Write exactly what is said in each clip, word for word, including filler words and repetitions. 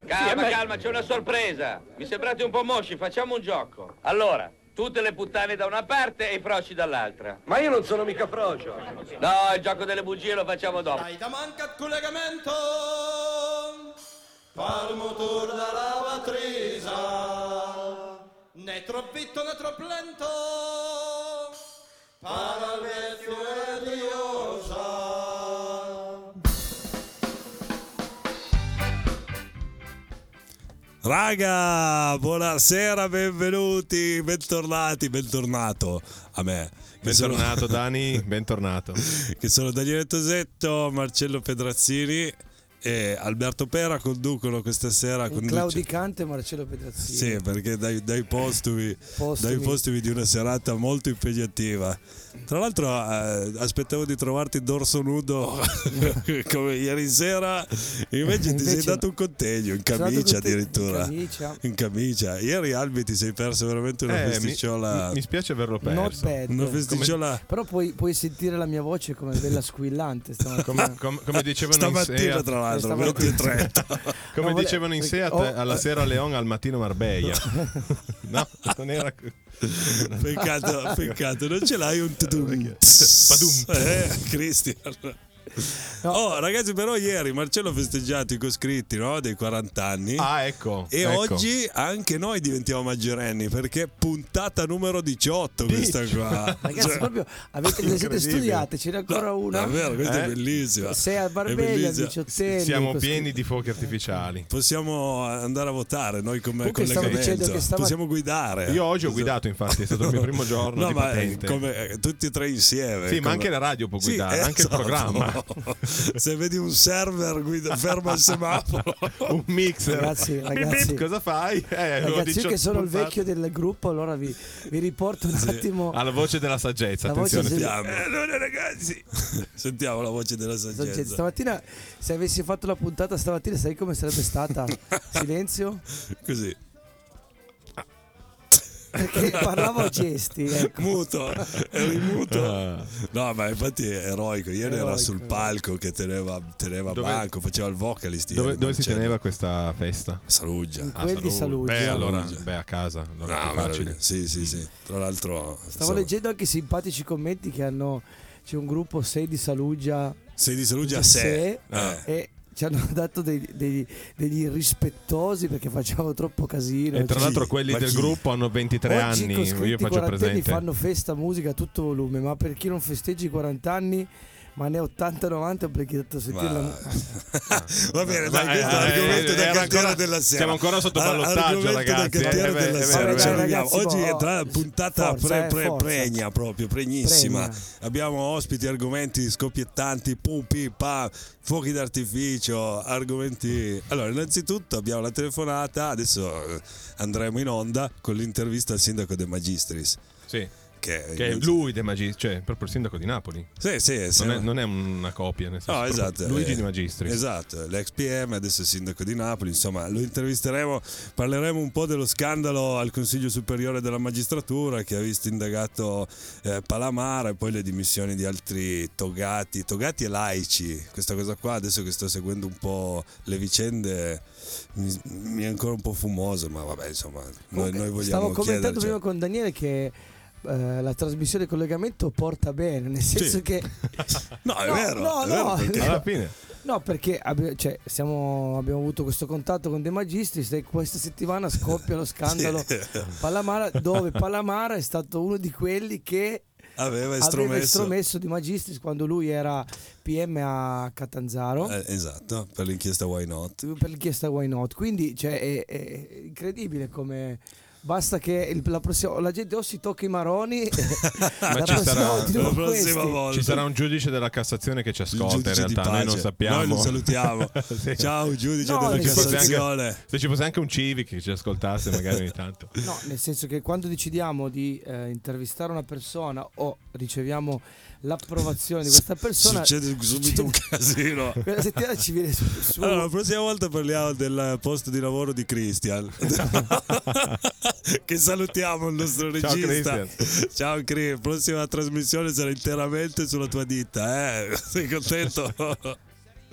Calma, sì, calma, c'è una sorpresa. Mi sembrate un po' mosci, facciamo un gioco. Allora, tutte le puttane da una parte e i froci dall'altra. Ma io non sono mica frocio. No, il gioco delle bugie lo facciamo dopo. Hai da manca collegamento Pal motor da lavatrice, né troppo vitto né troppo lento, para il vecchio e diosa. Raga, buonasera, benvenuti, bentornati, bentornato a me. Bentornato sono... Dani, bentornato. Che sono Daniele Tosetto, Marcello Pedrazzini e Alberto Pera conducono questa sera. Un conduce... claudicante Marcello Pedrazzini. Sì, perché dai, dai, postumi, postumi. dai postumi di una serata molto impegnativa. Tra l'altro eh, aspettavo di trovarti dorso nudo come ieri sera, invece, invece ti sei dato un contegno in camicia addirittura. In camicia. in camicia. Ieri Albi ti sei perso veramente una eh, festicciola. Mi, mi spiace averlo perso. Not bad. Una festicciola. Come... Però puoi, puoi sentire la mia voce come bella squillante stamattina. come, come, come dicevano stamattina in Seat, tra l'altro venti e trenta. Come no, dicevano in Seat, oh, alla sera Leon, al mattino Marbella. No, non era. Peccato, peccato, non ce l'hai un tudum. Eh, Cristian. No. Oh ragazzi, però ieri Marcello ha festeggiato i coscritti, no? Dei quaranta anni. Ah, ecco. E ecco. oggi anche noi diventiamo maggiorenni, perché puntata numero diciotto questa qua. Ragazzi, cioè, proprio avete, le siete studiate, ce n'è ancora no, una. Davvero, questa eh? è bellissima. Sei a Barbeglia, diciottenni. Siamo pieni di fuochi artificiali. Possiamo andare a votare noi come Comunque collegamento. Che stava... Possiamo guidare. Io oggi ho guidato, infatti, è stato il mio primo giorno no, di ma patente. Come, eh, tutti e tre insieme. Sì, come... ma anche la radio può guidare, sì, anche esatto. il programma. Se vedi un server guida, ferma il semaforo, un mixer, ragazzi, ragazzi bip, bip, cosa fai? Eh, ragazzi, io che sono il vecchio del gruppo, allora vi, vi riporto un sì. attimo alla voce della saggezza. La attenzione, voce sentiamo. Eh, allora ragazzi, sentiamo la voce della saggezza. saggezza. Stamattina, se avessi fatto la puntata stamattina, sai come sarebbe stata? Silenzio? Così. Perché parlavo a gesti, ecco. Muto, eri muto. No, ma infatti è eroico. Ieri eroico. Era sul palco che teneva, teneva dove, banco, faceva il vocalist. Dove, dove si teneva questa festa? Saluggia. In quel ah, di Saluggia. Beh, allora, beh, a casa. Allora no, è facile. Sì, sì, sì. Tra l'altro. Stavo insomma, leggendo anche simpatici commenti che hanno. C'è un gruppo sei di Saluggia. sei di Saluggia a sé. Eh. E ci hanno dato dei, dei, degli irrispettosi perché facevamo troppo casino. E tra cioè, l'altro quelli del chi? gruppo hanno ventitré oggi anni, io faccio presente. Fanno festa, musica a tutto volume, ma per chi non festeggi i quaranta anni, ma ne ottanta novanta perché ho sentito ma... la... Va bene, dai, questo è l'argomento da cantiere della sera. Siamo ancora sotto ballottaggio, ragazzi. Da cantiere eh, della beh, sera. Vabbè, Cioè, dai, ragazzi, oggi è tra boh, puntata forza, pre, eh, pre, forza. pregna proprio, pregnissima. Pregna. Abbiamo ospiti, argomenti scoppiettanti, pum pi pa, fuochi d'artificio, argomenti. Allora, innanzitutto abbiamo la telefonata, adesso andremo in onda con l'intervista al sindaco De Magistris. Sì. Che, che è lui De Magistris, cioè proprio il sindaco di Napoli. Sì, sì, sì. Non, è, non è una copia, nel senso, no, esatto, Luigi eh, De Magistris. Esatto, l'ex P M, adesso è sindaco di Napoli, insomma, lo intervisteremo, parleremo un po' dello scandalo al Consiglio Superiore della Magistratura che ha visto indagato eh, Palamara e poi le dimissioni di altri togati, togati e laici. Questa cosa qua, adesso che sto seguendo un po' le vicende, mi, mi è ancora un po' fumoso, ma vabbè, insomma, noi, noi vogliamo Stavo commentando chiederci... prima con Daniele che Uh, la trasmissione collegamento porta bene, nel senso sì. che no, è no, vero, no, è no, vero perché... alla fine no, perché abbi- cioè, siamo, abbiamo avuto questo contatto con De Magistris e questa settimana scoppia lo scandalo sì. Palamara, dove Palamara è stato uno di quelli che aveva estromesso, aveva estromesso Di Magistris quando lui era P M a Catanzaro. Eh, esatto, per l'inchiesta Why Not. Per l'inchiesta Why Not. Quindi cioè, è, è incredibile come... Basta che il, la, prossima, la gente o si tocca i maroni ma la ci sarà, la prossima volta ci sarà un giudice della Cassazione che ci ascolta, in realtà noi non sappiamo. Noi lo salutiamo. Sì. Ciao giudice no, della Cassazione. Anche, se ci fosse anche un civic che ci ascoltasse magari ogni tanto. No, nel senso che quando decidiamo di eh, intervistare una persona o riceviamo l'approvazione di questa persona, succede subito un casino. Quella settimana ci viene su, su. Allora, la prossima volta parliamo del posto di lavoro di Christian. Che salutiamo il nostro regista. Ciao Cri, la prossima trasmissione sarà interamente sulla tua ditta, eh? Sei contento?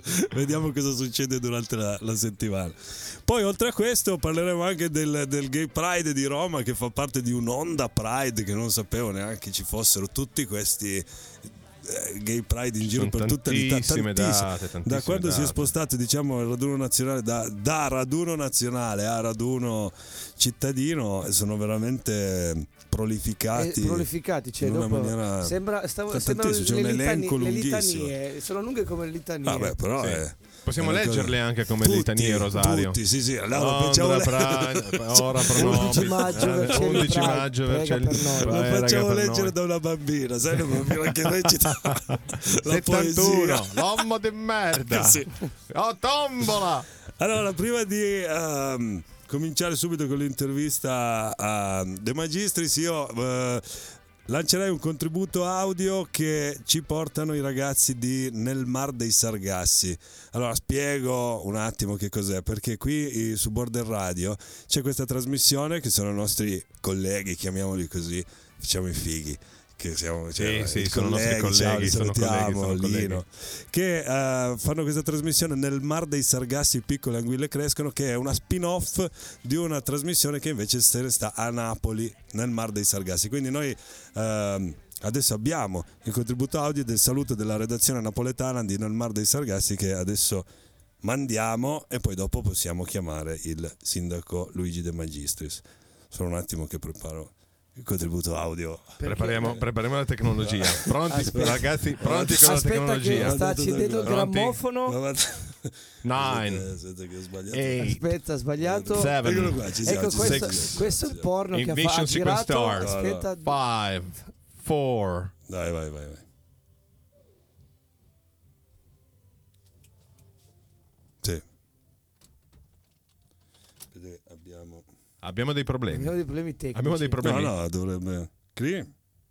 vediamo cosa succede durante la, la settimana. Poi oltre a questo parleremo anche del, del Gay Pride di Roma, che fa parte di un'onda Pride che non sapevo neanche ci fossero tutti questi Gay Pride in giro Sono per tutta l'Italia, tantissime tantissime. date, tantissime da quando date. si è spostato, diciamo, il raduno nazionale da, da raduno nazionale a raduno cittadino, sono veramente prolificati, Eh, prolificati, cioè, in una dopo maniera sembra, stavo, C'è sembrano tantissimo, c'è le, un litanie, elenco le lunghissimo. litanie, sono lunghe come le litanie. Vabbè, però Sì. è- Possiamo è una cosa- leggerle anche come tutti, litanie Rosario. Tutti, sì, sì. Allora, Ondra, facciamo le- pra- ora pronomi. undici maggio, Eh, Vercelli undici Pride, maggio, prega Vercelli per noi. Lo Vai, raga, facciamo per leggere noi. da una bambina, sai, una bambina che recita la settantuno, poesia. l'uomo di merda. Sì. Oh, tombola. Allora, prima di ehm, cominciare subito con l'intervista a De Magistris, io eh, lancerei un contributo audio che ci portano i ragazzi di Nel Mar dei Sargassi. Allora, spiego un attimo che cos'è, perché qui eh, su Border Radio c'è questa trasmissione che sono i nostri colleghi, chiamiamoli così, diciamo i fighi. Che siamo, cioè, Sì, sì, i sono nostri colleghi, ciao, colleghi, li sono salutiamo, colleghi, sono colleghi. Lino, che eh, fanno questa trasmissione Nel Mar dei Sargassi, piccole anguille crescono, che è una spin-off di una trasmissione che invece se ne sta a Napoli, Nel Mar dei Sargassi. Quindi noi ehm, adesso abbiamo il contributo audio del saluto della redazione napoletana di Nel Mar dei Sargassi, che adesso mandiamo e poi dopo possiamo chiamare il sindaco Luigi De Magistris. Solo un attimo che preparo il contributo audio. Prepariamo, prepariamo la tecnologia. Pronti, Aspetta. ragazzi? Pronti con la Aspetta che tecnologia? sta accendendo il Pronti? grammofono. Nine, Aspetta che ho sbagliato. eight, Aspetta, ha sbagliato. seven, Eccolo qua, ci siamo, Ecco, ci questo, siamo. questo è il porno che ha, fa, Ignition ha sequence girato. start. Aspetta, five, four. Dai, vai, vai, vai. Sì. Vedete, abbiamo... Abbiamo dei problemi. abbiamo dei problemi tecnici. Abbiamo dei No, problemi. no, dovrebbe... Cri?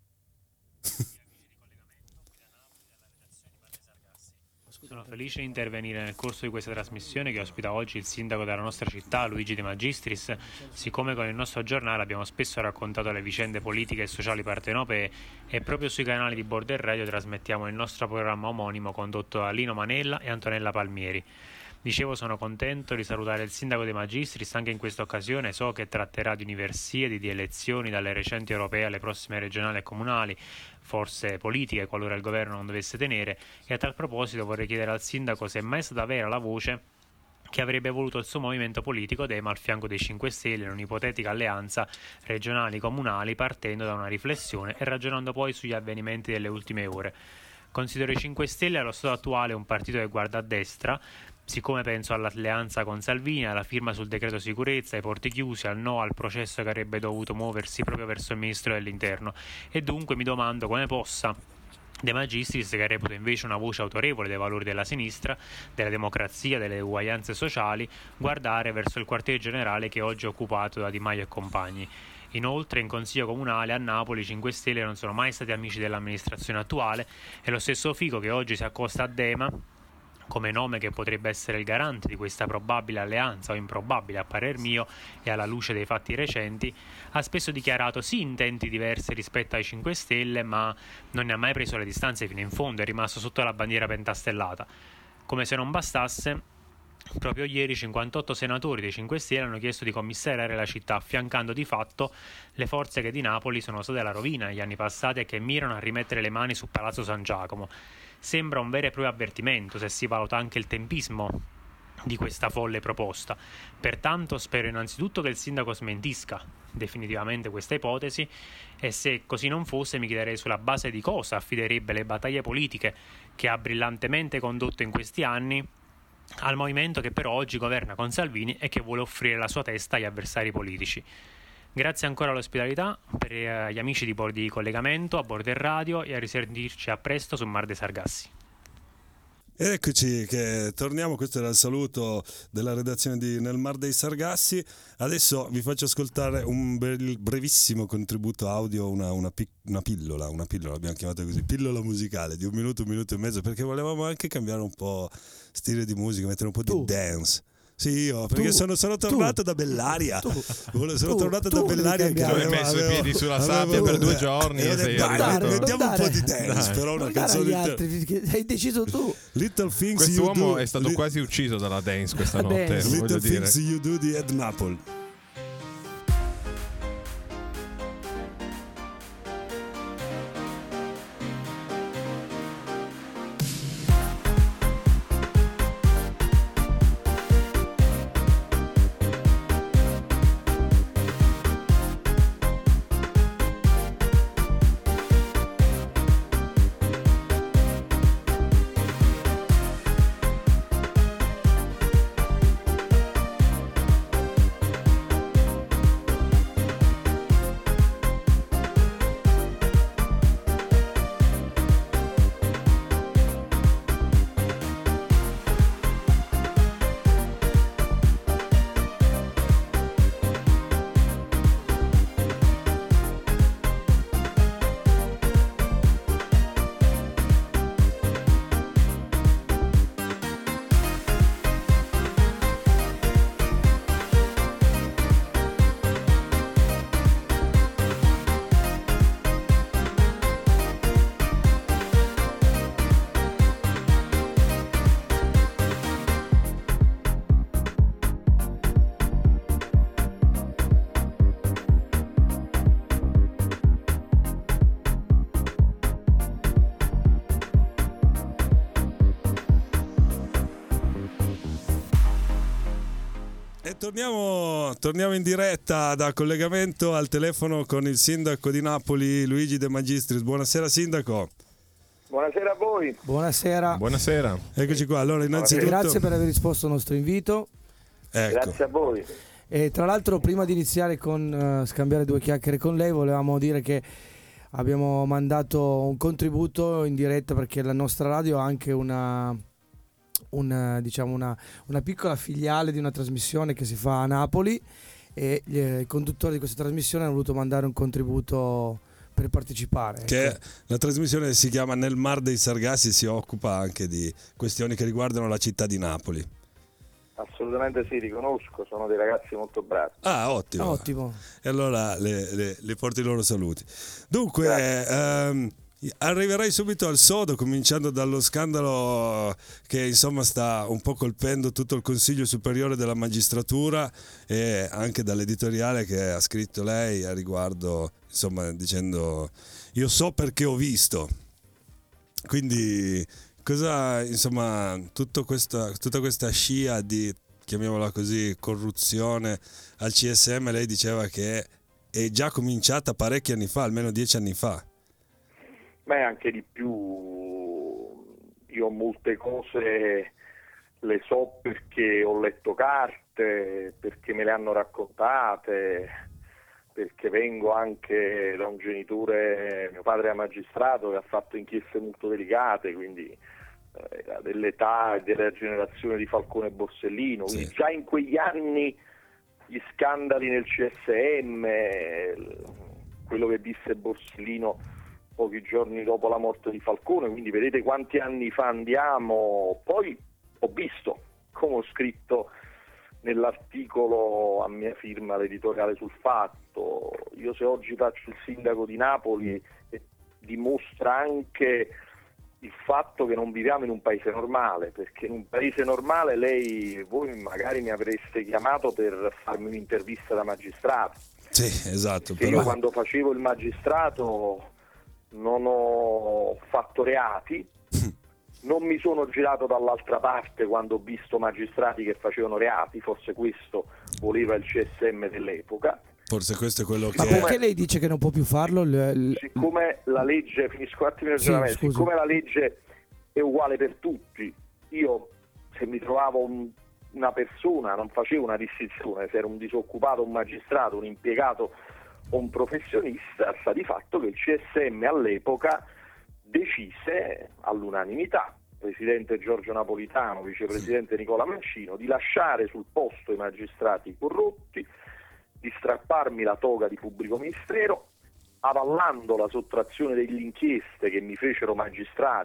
Sono felice di intervenire nel corso di questa trasmissione che ospita oggi il sindaco della nostra città, Luigi De Magistris. Siccome con il nostro giornale abbiamo spesso raccontato le vicende politiche e sociali partenopee e proprio sui canali di Border Radio trasmettiamo il nostro programma omonimo condotto da Lino Manella e Antonella Palmieri. Dicevo, sono contento di salutare il sindaco De Magistris anche in questa occasione. So che tratterà di universiadi, di elezioni, dalle recenti europee alle prossime regionali e comunali, forze politiche qualora il governo non dovesse tenere, e a tal proposito vorrei chiedere al sindaco se è mai stata vera la voce che avrebbe voluto il suo movimento politico Dema al fianco dei cinque Stelle in un'ipotetica alleanza regionali-comunali, partendo da una riflessione e ragionando poi sugli avvenimenti delle ultime ore. Considero i cinque Stelle allo stato attuale un partito che guarda a destra, siccome penso all'alleanza con Salvini, alla firma sul decreto sicurezza, ai porti chiusi, al no al processo che avrebbe dovuto muoversi proprio verso il ministro dell'interno, e dunque mi domando come possa De Magistris, che reputo invece una voce autorevole dei valori della sinistra, della democrazia, delle uguaglianze sociali, guardare verso il quartier generale che oggi è occupato da Di Maio e compagni. Inoltre, in Consiglio Comunale a Napoli i cinque Stelle non sono mai stati amici dell'amministrazione attuale, e lo stesso Fico, che oggi si accosta a Dema come nome che potrebbe essere il garante di questa probabile alleanza, o improbabile a parer mio e alla luce dei fatti recenti, ha spesso dichiarato sì intenti diversi rispetto ai cinque Stelle, ma non ne ha mai preso le distanze fino in fondo, è rimasto sotto la bandiera pentastellata. Come se non bastasse, proprio ieri cinquantotto senatori dei cinque Stelle hanno chiesto di commissariare la città, affiancando di fatto le forze che di Napoli sono state la rovina negli anni passati e che mirano a rimettere le mani su Palazzo San Giacomo. Sembra un vero e proprio avvertimento, se si valuta anche il tempismo di questa folle proposta. Pertanto spero innanzitutto che il sindaco smentisca definitivamente questa ipotesi, e se così non fosse mi chiederei sulla base di cosa affiderebbe le battaglie politiche che ha brillantemente condotto in questi anni al movimento che però oggi governa con Salvini e che vuole offrire la sua testa agli avversari politici. Grazie ancora all'ospitalità per eh, gli amici di Bordi Collegamento, a Border Radio, e a risentirci a presto su Mar dei Sargassi. Ed eccoci che torniamo, questo era il saluto della redazione di Nel Mar dei Sargassi. Adesso vi faccio ascoltare un bel, brevissimo contributo audio, una, una, pic, una pillola, una pillola, l'abbiamo chiamata così, pillola musicale di un minuto, un minuto e mezzo, perché volevamo anche cambiare un po' stile di musica, mettere un po' Tu. di dance. Sì, io, perché Tu, sono, sono tu, tornato da Bellaria. tu, Sono tu, tornato tu da devi Bellaria che cambiare. Dove hai messo i piedi sulla sabbia per due giorni e sei dai, arrivato. dare, mettiamo non un po' di dare. dance, Dai. però una Non dare canzone agli little, altri, perché hai deciso tu. little Things Quest'uomo You Do. è stato Li- quasi ucciso dalla dance questa Va bene. notte, voglio Little dire. Things You Do di Ed Maple. E torniamo, torniamo in diretta da collegamento al telefono con il sindaco di Napoli, Luigi De Magistris. Buonasera sindaco. Buonasera a voi. Buonasera. Buonasera. Eccoci qua. Allora, innanzitutto Grazie per aver risposto al nostro invito. Ecco. Grazie a voi. E tra l'altro, prima di iniziare con uh, scambiare due chiacchiere con lei, volevamo dire che abbiamo mandato un contributo in diretta perché la nostra radio ha anche una, una, diciamo una, una piccola filiale di una trasmissione che si fa a Napoli e gli, i conduttori di questa trasmissione hanno voluto mandare un contributo per partecipare. Che ecco. la trasmissione si chiama Nel Mar dei Sargassi, si occupa anche di questioni che riguardano la città di Napoli. Assolutamente sì, riconosco, sono dei ragazzi molto bravi. Ah, ottimo. Ottimo. E allora le, le, le porto i loro saluti. Dunque, ehm, arriverai subito al sodo, cominciando dallo scandalo che insomma sta un po' colpendo tutto il Consiglio Superiore della Magistratura e anche dall'editoriale che ha scritto lei a riguardo, insomma, dicendo io so perché ho visto. Quindi cosa, insomma, tutto questa, tutta questa scia di, chiamiamola così, corruzione al C S M, lei diceva che è già cominciata parecchi anni fa, almeno dieci anni fa. Beh, anche di più. Io molte cose le so perché ho letto carte, perché me le hanno raccontate, perché vengo anche da un genitore, mio padre è magistrato, che ha fatto inchieste molto delicate, quindi eh, dell'età e della generazione di Falcone e Borsellino, quindi Sì. già in quegli anni gli scandali nel C S M, quello che disse Borsellino pochi giorni dopo la morte di Falcone, quindi vedete quanti anni fa andiamo. Poi ho visto, come ho scritto nell'articolo a mia firma, l'editoriale sul Fatto, io se oggi faccio il sindaco di Napoli eh, dimostra anche il fatto che non viviamo in un paese normale, perché in un paese normale lei, voi magari mi avreste chiamato per farmi un'intervista da magistrato. Sì, esatto. Se Però... io quando facevo il magistrato non ho fatto reati, non mi sono girato dall'altra parte quando ho visto magistrati che facevano reati, forse questo voleva il C S M dell'epoca. Forse questo è quello Ma che... perché lei dice che non può più farlo? Il- il- Siccome la legge, finisco un attimo il Sì, ragionamento, scusi. siccome la legge è uguale per tutti, io se mi trovavo un- una persona non facevo una distinzione, se era un disoccupato, un magistrato, un impiegato o un professionista, sta di fatto che il C S M all'epoca decise all'unanimità, presidente Giorgio Napolitano, vicepresidente Nicola Mancino, di lasciare sul posto i magistrati corrotti, di strapparmi la toga di pubblico ministero, avallando la sottrazione delle inchieste che mi fecero magistrati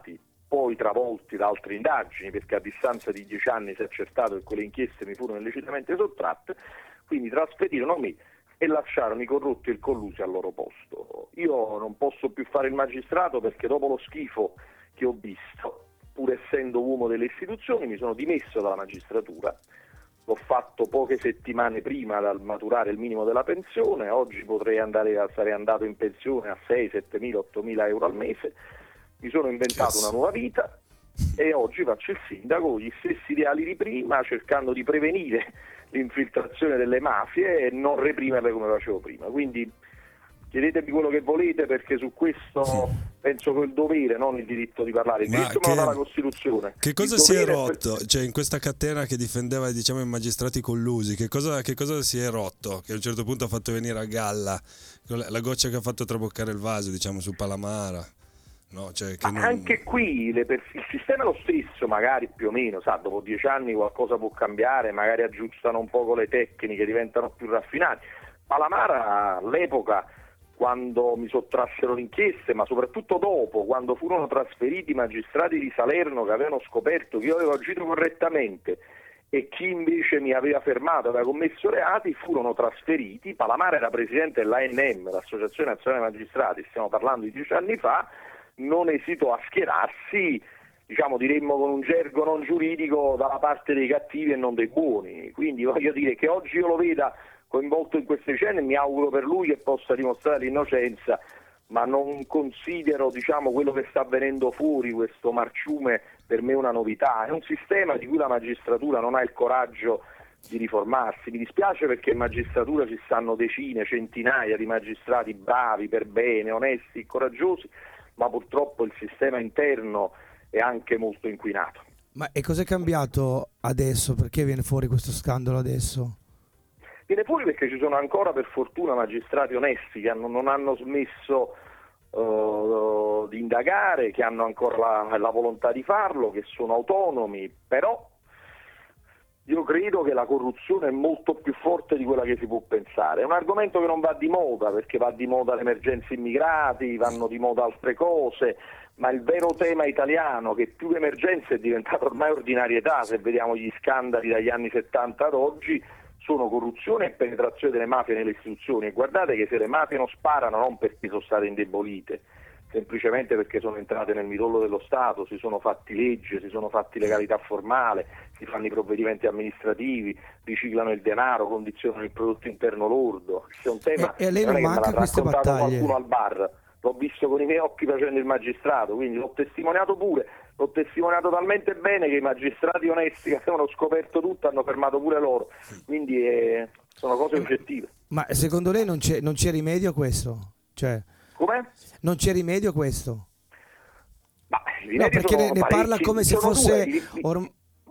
poi travolti da altre indagini, perché a distanza di dieci anni si è accertato che quelle inchieste mi furono illecitamente sottratte, quindi trasferirono me e lasciarono i corrotti e il collusi al loro posto. Io non posso più fare il magistrato perché dopo lo schifo che ho visto, pur essendo uomo delle istituzioni, mi sono dimesso dalla magistratura. L'ho fatto poche settimane prima dal maturare il minimo della pensione, oggi potrei andare a, sarei andato in pensione a sei, sette mila, otto mila euro al mese, mi sono inventato una nuova vita e oggi faccio il sindaco con gli stessi ideali di prima, cercando di prevenire l'infiltrazione delle mafie e non reprimerle come facevo prima. Quindi chiedetemi quello che volete, perché su questo sì. penso che ho il dovere, non il diritto di parlare. Il Ma diritto che, me lo dà la Costituzione. Che cosa si è rotto? Per... Cioè, in questa catena che difendeva, diciamo, i magistrati collusi, che cosa, che cosa si è rotto? Che a un certo punto ha fatto venire a galla la goccia che ha fatto traboccare il vaso, diciamo, su Palamara. No, cioè, che non... Anche qui le per... il sistema è lo stesso, magari più o meno, sa, dopo dieci anni qualcosa può cambiare, magari aggiustano un po' le tecniche, diventano più raffinati. Palamara all'epoca, quando mi sottrassero le inchieste, ma soprattutto dopo, quando furono trasferiti i magistrati di Salerno che avevano scoperto che io avevo agito correttamente e chi invece mi aveva fermato, aveva commesso reati, furono trasferiti. Palamara era presidente dell'A N M, l'Associazione Nazionale Magistrati, stiamo parlando di dieci anni fa, non esitò a schierarsi, diciamo, diremmo con un gergo non giuridico, dalla parte dei cattivi e non dei buoni. Quindi voglio dire che oggi io lo veda coinvolto in queste scene, mi auguro per lui che possa dimostrare l'innocenza, ma non considero, diciamo, quello che sta avvenendo fuori, questo marciume, per me una novità. È un sistema di cui la magistratura non ha il coraggio di riformarsi. Mi dispiace perché in magistratura ci stanno decine, centinaia di magistrati bravi, per bene, onesti, coraggiosi, ma purtroppo il sistema interno è anche molto inquinato. Ma e cos'è cambiato adesso? Perché viene fuori questo scandalo adesso? Viene fuori perché ci sono ancora, per fortuna, magistrati onesti che hanno, non hanno smesso uh, di indagare, che hanno ancora la, la volontà di farlo, che sono autonomi, però io credo che la corruzione è molto più forte di quella che si può pensare. È un argomento che non va di moda, perché va di moda l'emergenza immigrati, vanno di moda altre cose, ma il vero tema italiano, che più che emergenza è diventato ormai ordinarietà, se vediamo gli scandali dagli anni settanta ad oggi, sono corruzione e penetrazione delle mafie nelle istituzioni. E guardate che se le mafie non sparano non perché sono state indebolite, semplicemente perché sono entrate nel midollo dello Stato, si sono fatti legge, si sono fatti legalità formale, si fanno i provvedimenti amministrativi, riciclano il denaro, condizionano il prodotto interno lordo. C'è un tema e, e lei non, non manca queste battaglie? Qualcuno al bar, l'ho visto con i miei occhi facendo il magistrato, quindi l'ho testimoniato pure, l'ho testimoniato talmente bene che i magistrati onesti che avevano scoperto tutto hanno fermato pure loro, quindi eh, sono cose oggettive. Ma secondo lei non c'è, non c'è rimedio a questo? Cioè, come? Non c'è rimedio a questo? Ma no, perché ne, ne parla come se fosse or...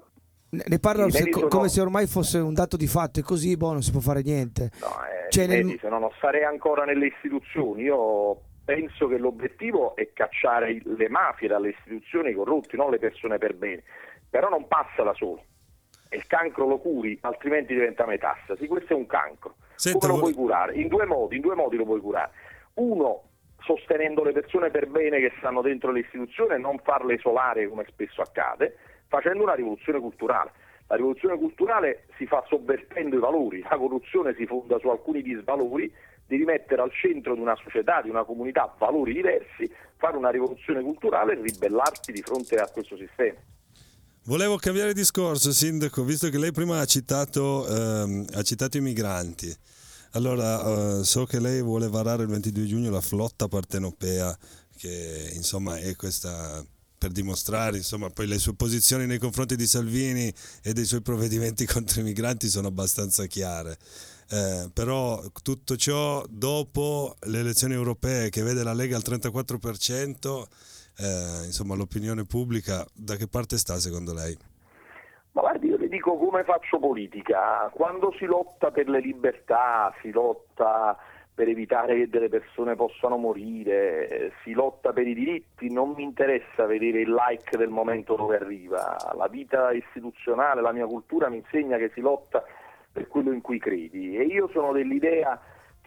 ne parla se, sono... come se ormai fosse un dato di fatto, e così boh, non si può fare niente. No, eh, cioè, vedi, nel... se no non sarei ancora nelle istituzioni. Io penso che l'obiettivo è cacciare le mafie dalle istituzioni, i corrotti, non le persone per bene, però non passa da solo. E il cancro lo curi, altrimenti diventa metastasi. Questo è un cancro. Senta, come lo vuole... puoi curare? In due modi, in due modi lo puoi curare. Uno, sostenendo le persone per bene che stanno dentro le istituzioni e non farle isolare come spesso accade, facendo una rivoluzione culturale. La rivoluzione culturale si fa sovvertendo i valori, la corruzione si fonda su alcuni disvalori. Devi mettere al centro di una società, di una comunità, valori diversi, fare una rivoluzione culturale e ribellarti di fronte a questo sistema. Volevo cambiare discorso, Sindaco, visto che lei prima ha citato, ehm, ha citato i migranti. Allora, eh, so che lei vuole varare il ventidue giugno la flotta partenopea, che insomma è questa, per dimostrare, insomma, poi le sue posizioni nei confronti di Salvini e dei suoi provvedimenti contro i migranti sono abbastanza chiare. Eh, però tutto ciò dopo le elezioni europee, che vede la Lega al trentaquattro per cento, eh, insomma, l'opinione pubblica da che parte sta secondo lei? Ma guardi, io le dico come faccio politica. Quando si lotta per le libertà, si lotta per evitare che delle persone possano morire, si lotta per i diritti, non mi interessa vedere il like del momento dove arriva. La vita istituzionale, la mia cultura mi insegna che si lotta per quello in cui credi, e io sono dell'idea che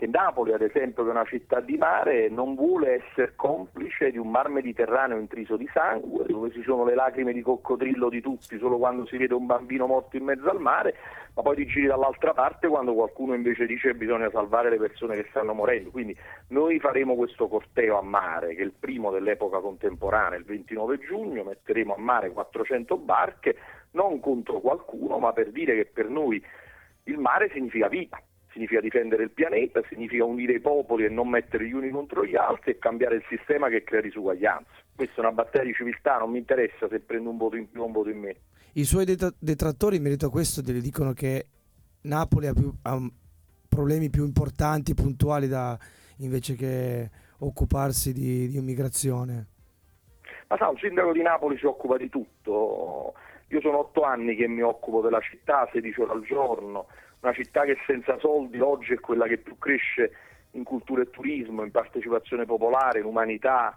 che Napoli, ad esempio, che è una città di mare, non vuole essere complice di un mar Mediterraneo intriso di sangue, dove ci sono le lacrime di coccodrillo di tutti solo quando si vede un bambino morto in mezzo al mare, ma poi ti giri dall'altra parte quando qualcuno invece dice che bisogna salvare le persone che stanno morendo. Quindi noi faremo questo corteo a mare, che è il primo dell'epoca contemporanea, il ventinove giugno, metteremo a mare quattrocento barche, non contro qualcuno, ma per dire che per noi il mare significa vita, significa difendere il pianeta, significa unire i popoli e non mettere gli uni contro gli altri e cambiare il sistema che crea disuguaglianza. Questa è una battaglia di civiltà, non mi interessa se prendo un voto in più o un voto in meno. I suoi det- detrattori in merito a questo le dicono che Napoli ha, più, ha problemi più importanti, puntuali, da invece che occuparsi di, di immigrazione. Ma sa, un sindaco di Napoli si occupa di tutto. Io sono otto anni che mi occupo della città, sedici ore al giorno, una città che senza soldi oggi è quella che più cresce in cultura e turismo, in partecipazione popolare, in umanità,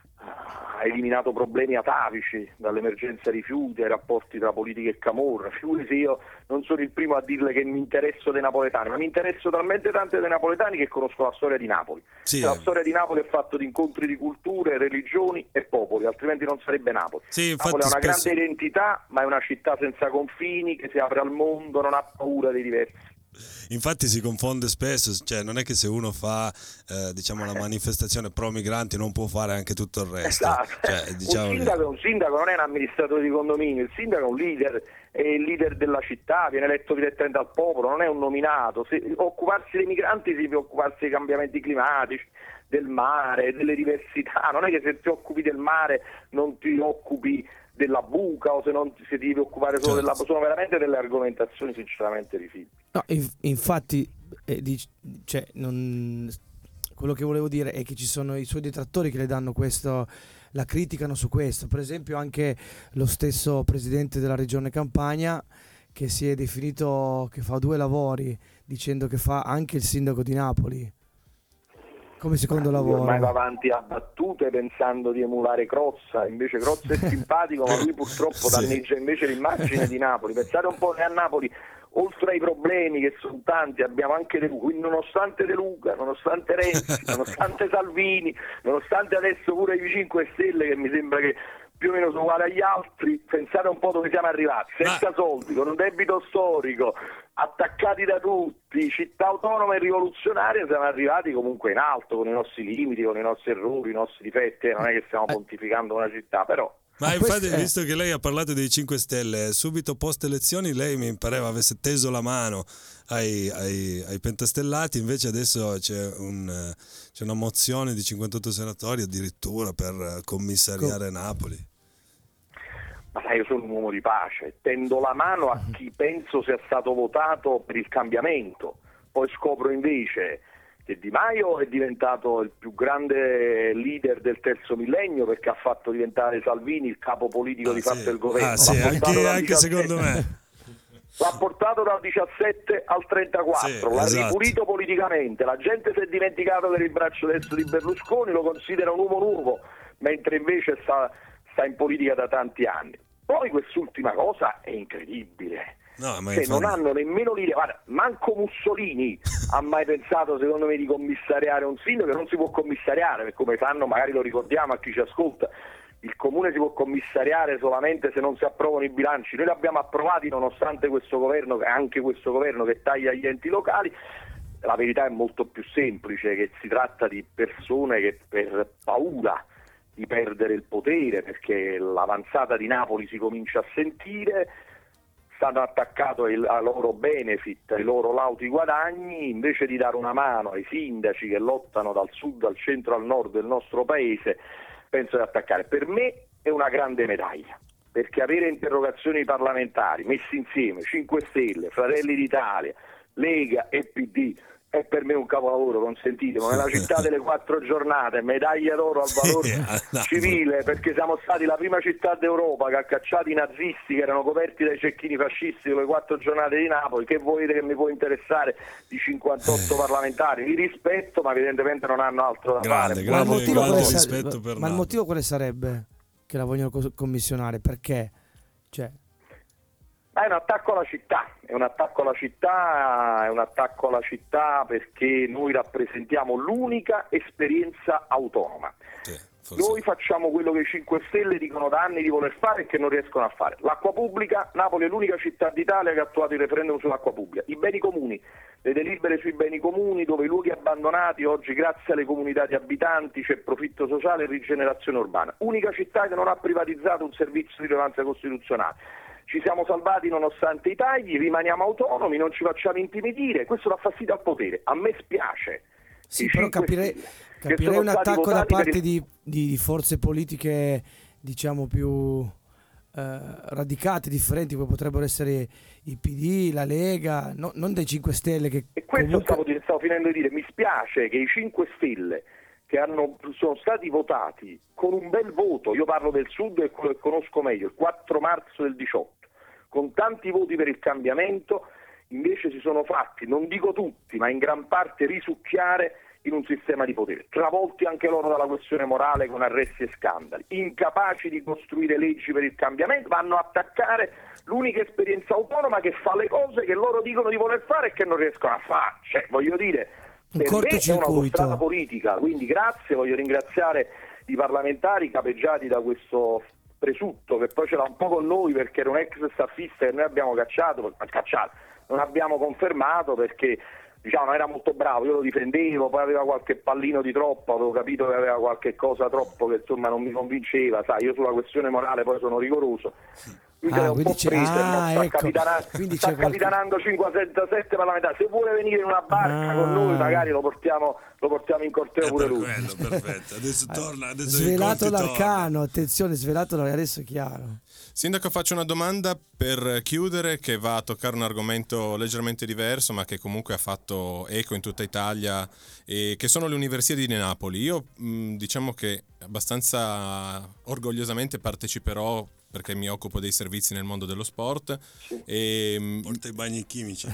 ha eliminato problemi atavici, dall'emergenza rifiuti ai rapporti tra politica e camorra. Figurati se io non sono il primo a dirle che mi interesso dei napoletani, ma mi interesso talmente tanto dei napoletani che conosco la storia di Napoli. Sì, cioè, eh. La storia di Napoli è fatta di incontri di culture, religioni e popoli, altrimenti non sarebbe Napoli. Sì, infatti Napoli ha una spesso- grande identità, ma è una città senza confini, che si apre al mondo, non ha paura dei diversi. Infatti si confonde spesso, cioè non è che se uno fa eh, diciamo la manifestazione pro migranti non può fare anche tutto il resto. Esatto. Cioè, diciamo un, che- sindaco, un sindaco non è un amministratore di condominio, il sindaco è un leader, è il leader della città, viene eletto direttamente dal popolo, non è un nominato. Se, occuparsi dei migranti significa occuparsi dei cambiamenti climatici, del mare, delle diversità. Non è che se ti occupi del mare non ti occupi della buca o se non ti, se ti devi occupare solo Certo. della... Sono veramente delle argomentazioni sinceramente risibili. No, inf- infatti, eh, dic- cioè, non- quello che volevo dire è che ci sono i suoi detrattori che le danno questo, la criticano su questo. Per esempio anche lo stesso presidente della regione Campania, che si è definito, che fa due lavori, dicendo che fa anche il sindaco di Napoli come secondo Lui lavoro. ormai va avanti a battute pensando di emulare Crozza, invece Crozza è simpatico, ma lui purtroppo Sì. danneggia invece l'immagine di Napoli. Pensate un po' che a Napoli, oltre ai problemi che sono tanti, abbiamo anche De Luca. Quindi nonostante De Luca, nonostante Renzi, nonostante Salvini, nonostante adesso pure i cinque Stelle, che mi sembra che più o meno sono uguali agli altri, pensate un po' dove siamo arrivati, senza Ma- soldi, con un debito storico, attaccati da tutti, città autonoma e rivoluzionaria, siamo arrivati comunque in alto, con i nostri limiti, con i nostri errori, i nostri difetti. Non è che stiamo pontificando una città, però Ma Ma infatti, questo è- visto che lei ha parlato dei cinque Stelle, subito post elezioni lei mi pareva avesse teso la mano ai, ai, ai pentastellati, invece adesso c'è, un, eh, c'è una mozione di cinquantotto senatori addirittura per eh, commissariare Napoli. ma sai, io sono un uomo di pace, tendo la mano a chi penso sia stato votato per il cambiamento, poi scopro invece che Di Maio è diventato il più grande leader del terzo millennio perché ha fatto diventare Salvini il capo politico Ah, di sì. fatto del governo. Ah, sì, L'ha portato anche, dal anche diciassette secondo me. L'ha portato dal diciassette al trentaquattro, Sì, l'ha esatto. ripulito politicamente, la gente si è dimenticato per il braccio destro di Berlusconi, lo considera un uomo nuovo, mentre invece sta, sta in politica da tanti anni. Poi quest'ultima cosa è incredibile. No, ma Cioè, infatti- non hanno nemmeno l'idea, guarda, manco Mussolini ha mai pensato, secondo me, di commissariare un sindaco, che non si può commissariare, perché come fanno, magari lo ricordiamo a chi ci ascolta, il comune si può commissariare solamente se non si approvano i bilanci. Noi li abbiamo approvati nonostante questo governo, anche questo governo che taglia gli enti locali. La verità è molto più semplice, che si tratta di persone che per paura di perdere il potere, perché l'avanzata di Napoli si comincia a sentire, stanno attaccati ai, ai loro benefit, ai loro lauti guadagni, invece di dare una mano ai sindaci che lottano dal sud al centro al nord del nostro paese, penso di attaccare. Per me è una grande medaglia, perché avere interrogazioni parlamentari messi insieme, cinque Stelle, Fratelli d'Italia, Lega e P D, è per me un capolavoro, consentitemi. Nella città delle quattro giornate, medaglia d'oro al valore Sì, a Napoli. civile, perché siamo stati la prima città d'Europa che ha cacciato i nazisti che erano coperti dai cecchini fascisti con le quattro giornate di Napoli. Che volete che mi può interessare di cinquantotto parlamentari? Li rispetto, ma evidentemente non hanno altro da Grande, fare. Ma il grande, motivo grande quale sa- rispetto per ma il Napoli. motivo quale sarebbe che la vogliono cos- commissionare? Perché? Cioè, Ma è un attacco alla città, è un attacco alla città, è un attacco alla città perché noi rappresentiamo l'unica esperienza autonoma. Sì, forse. Noi facciamo quello che i cinque Stelle dicono da anni di voler fare e che non riescono a fare. L'acqua pubblica, Napoli è l'unica città d'Italia che ha attuato il referendum sull'acqua pubblica. I beni comuni, le delibere sui beni comuni, dove i luoghi abbandonati oggi grazie alle comunità di abitanti c'è profitto sociale e rigenerazione urbana. Unica città che non ha privatizzato un servizio di rilevanza costituzionale. Ci siamo salvati nonostante i tagli, rimaniamo autonomi, non ci facciamo intimidire, questo dà fastidio al potere. A me spiace. Sì, però capirei, capirei un attacco da parte il... di, di forze politiche, diciamo, più eh, radicate, differenti, come potrebbero essere il P D, la Lega, no, non dei cinque Stelle. Che e questo comunque... stavo, stavo finendo di dire, mi spiace che i cinque Stelle che hanno, sono stati votati con un bel voto, io parlo del Sud e quello che conosco meglio, il quattro marzo del diciotto, con tanti voti per il cambiamento, invece si sono fatti, non dico tutti, ma in gran parte risucchiare in un sistema di potere, travolti anche loro dalla questione morale con arresti e scandali, incapaci di costruire leggi per il cambiamento, vanno a attaccare l'unica esperienza autonoma che fa le cose che loro dicono di voler fare e che non riescono a fare, cioè voglio dire... Un per me è un'autostrada cortocircuito politica, quindi grazie, voglio ringraziare i parlamentari capeggiati da questo presutto che poi ce l'ha un po' con noi perché era un ex staffista che noi abbiamo cacciato, cacciato, non abbiamo confermato perché diciamo non era molto bravo, io lo difendevo, poi aveva qualche pallino di troppo, avevo capito che aveva qualche cosa troppo che insomma non mi convinceva, sai, io sulla questione morale poi sono rigoroso. Quindi ah, è un quindi po' c'è, preso, ah, sta, ecco. capitanando, quindi sta c'è qualche... capitanando cinquecentasette parlamentari, se vuole venire in una barca ah. con noi magari lo portiamo, lo portiamo in corteo è pure per lui. Quello, perfetto. Adesso torna, adesso svelato l'arcano, attenzione, svelato adesso è chiaro. Sindaco, faccio una domanda per chiudere che va a toccare un argomento leggermente diverso ma che comunque ha fatto eco in tutta Italia e che sono le universiadi di Napoli. Io mh, diciamo che abbastanza orgogliosamente parteciperò perché mi occupo dei servizi nel mondo dello sport. Sì. E... Porta i bagni chimici.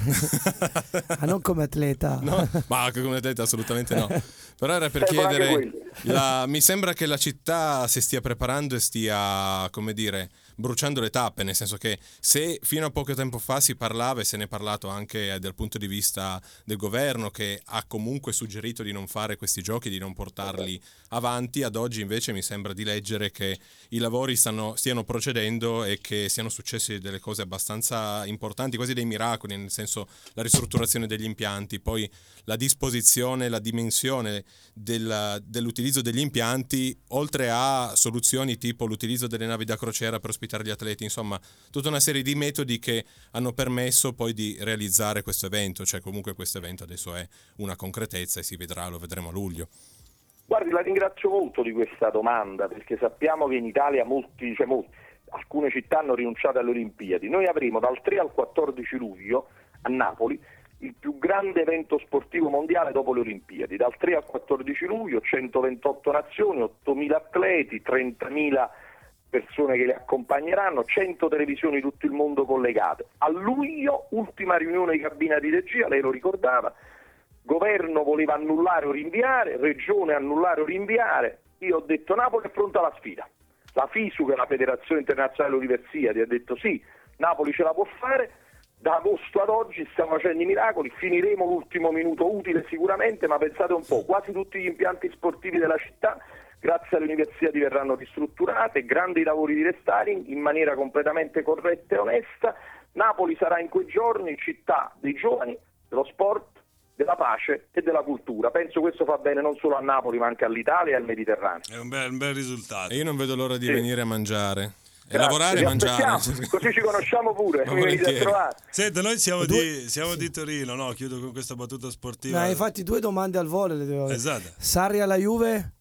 ah, non come atleta. No, ma come atleta assolutamente no. Però era per chiedere, la... mi sembra che la città si stia preparando e stia, come dire, bruciando le tappe, nel senso che se fino a poco tempo fa si parlava e se ne è parlato anche dal punto di vista del governo che ha comunque suggerito di non fare questi giochi, di non portarli avanti, ad oggi invece mi sembra di leggere che i lavori stanno, stiano procedendo e che siano successe delle cose abbastanza importanti, quasi dei miracoli, nel senso la ristrutturazione degli impianti, poi la disposizione, la dimensione del, dell'utilizzo degli impianti, oltre a soluzioni tipo l'utilizzo delle navi da crociera per ospitare gli atleti, insomma tutta una serie di metodi che hanno permesso poi di realizzare questo evento, cioè comunque questo evento adesso è una concretezza e si vedrà, lo vedremo a luglio. Guardi, la ringrazio molto di questa domanda perché sappiamo che in Italia molti, cioè molti, alcune città hanno rinunciato alle Olimpiadi. Noi avremo dal tre al quattordici luglio a Napoli il più grande evento sportivo mondiale dopo le Olimpiadi. Dal tre al quattordici luglio centoventotto nazioni, ottomila atleti, trentamila persone che li accompagneranno, cento televisioni di tutto il mondo collegate. A luglio, ultima riunione di cabina di regia, lei lo ricordava, governo voleva annullare o rinviare, regione annullare o rinviare, io ho detto Napoli è pronta alla sfida. La FISU, che è la Federazione Internazionale delle Universiadi, ha detto sì, Napoli ce la può fare, da agosto ad oggi stiamo facendo i miracoli, finiremo l'ultimo minuto utile sicuramente, ma pensate un po', quasi tutti gli impianti sportivi della città grazie alle università verranno ristrutturate, grandi lavori di restyling in maniera completamente corretta e onesta. Napoli sarà in quei giorni città dei giovani, dello sport, della pace e della cultura. Penso questo fa bene non solo a Napoli ma anche all'Italia e al Mediterraneo. È un bel, un bel risultato. E io non vedo l'ora di sì. venire a mangiare. E Grazie, lavorare e mangiare. Così ci conosciamo pure, mi venite a trovare. Senta, noi siamo, di, siamo di Torino, no? Chiudo con questa battuta sportiva. No, infatti due domande al volo le devo... Esatto. Sarri alla Juve?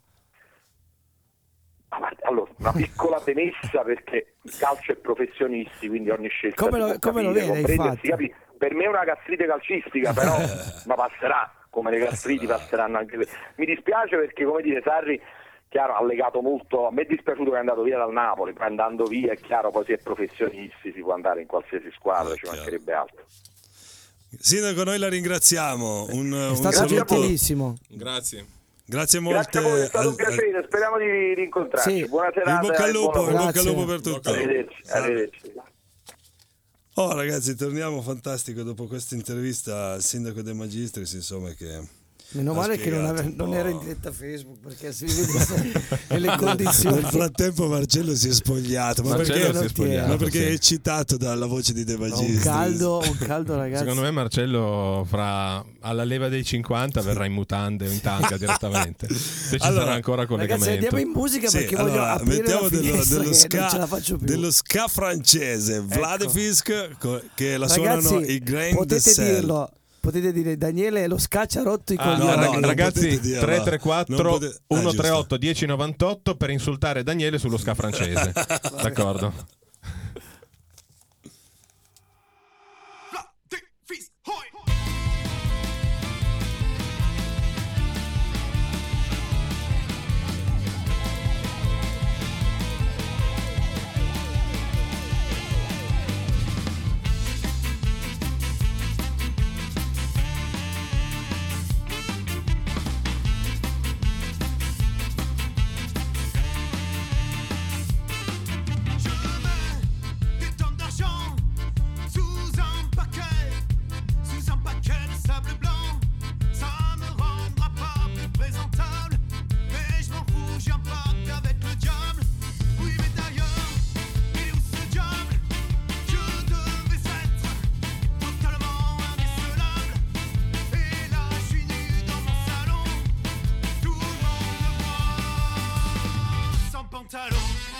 Allora, una piccola premessa perché il calcio è professionisti, quindi ogni scelta come lo, come lo vede, infatti? Per me è una gastrite calcistica, però ma passerà, come le gastriti passeranno anche le... Mi dispiace perché, come dire, Sarri chiaro ha legato molto, a me è dispiaciuto che è andato via dal Napoli, poi andando via è chiaro, poi si è professionisti, si può andare in qualsiasi squadra, ah, ci chiaro. mancherebbe altro. Sindaco, noi la ringraziamo. Un, è un stato saluto. gentilissimo. Grazie. Grazie molte. Grazie a voi, è stato un piacere, speriamo di rincontrarci. Sì. Buona serata. In bocca al lupo, in bocca al lupo Grazie. per tutto. Arrivederci. Arrivederci. Oh ragazzi, torniamo, fantastico, dopo questa intervista al sindaco De Magistris, insomma, che meno male che non, ave- non era in diretta Facebook, perché si vede nelle condizioni. Nel frattempo Marcello si è spogliato, ma Marcello perché, si è spogliato, ma perché sì. è eccitato dalla voce di De Magistris. Un caldo, un caldo ragazzi. Secondo me Marcello fra alla leva dei cinquanta verrà in mutande o in tanga direttamente, se ci Allora, sarà ancora collegamento. Ragazzi, andiamo in musica Sì, perché allora, voglio aprire mettiamo la dello, finestra dello, che ska, non ce la faccio più. dello ska francese, Vlad Ecco. Fisk, co- che la Ragazzi, suonano i Grain de potete Sel. dirlo, potete dire Daniele lo scaccia ha rotto i Ah, coglioni. no, rag- no, non ragazzi, potete dirlo. tre tre Non quattro potete- ah, uno tre otto giusto. dieci novantotto per insultare Daniele sullo ska francese. D'accordo? Des tonnes d'argent sous un paquet, sous un paquet de sable blanc. Ça me rendra pas plus présentable, mais je m'en fous, j'ai un pacte avec le diable. Oui, mais d'ailleurs, il est où ce diable? Je devais être totalement indécelable. Et là, je suis nu dans mon salon, tout le monde me voit sans pantalon.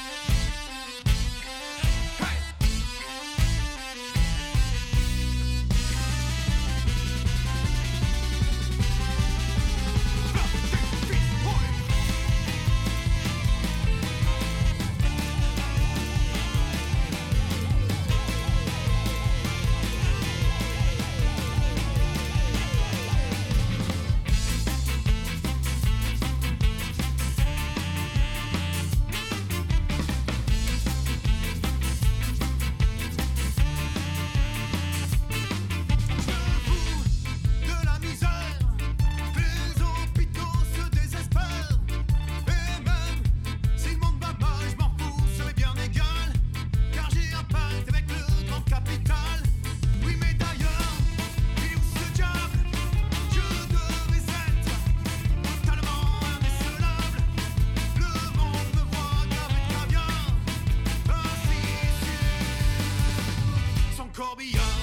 De la misère, les hôpitaux se désespèrent. Et même si le monde va mal, je m'en fous, c'est bien égal. Car j'ai un pacte avec le grand capital. Oui, mais d'ailleurs, il est où ce diable? Je devais être totalement indécelable. Le monde me voit qu'avec caviar, assis sur son corbillard.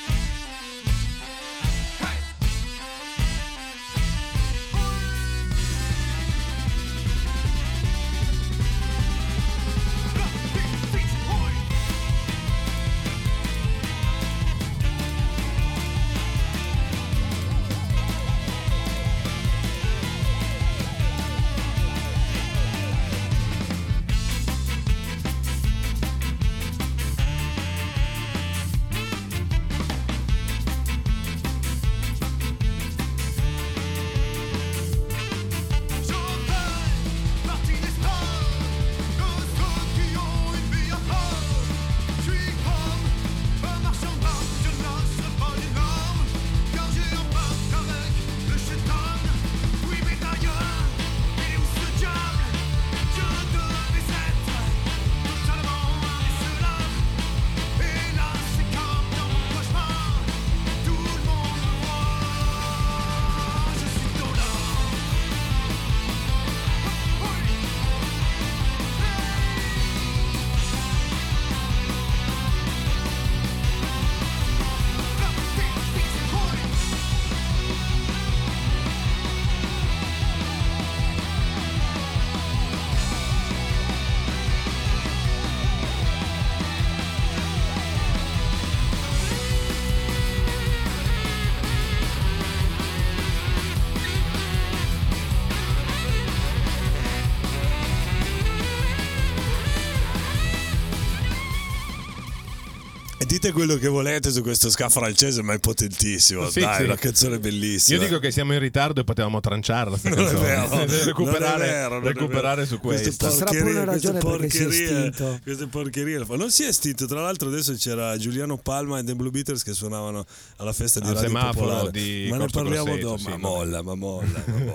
Dite quello che volete su questo ska francese, ma è potentissimo. Sì, Dai, sì. una canzone bellissima. Io dico che siamo in ritardo e potevamo tranciarla sta Non è canzone. vero, recuperare, non è vero, non è recuperare vero. su Queste questo. Sarà pure porcherie, una ragione queste perché si è porcherie, estinto. queste porcherie. Non si è estinto, tra l'altro adesso c'era Giuliano Palma e The Blue Beaters che suonavano alla festa di Al Radio semaforo Popolare. di Ma ne Corso parliamo Grosseto, dopo. sì, ma vabbè. molla, ma molla, ma molla.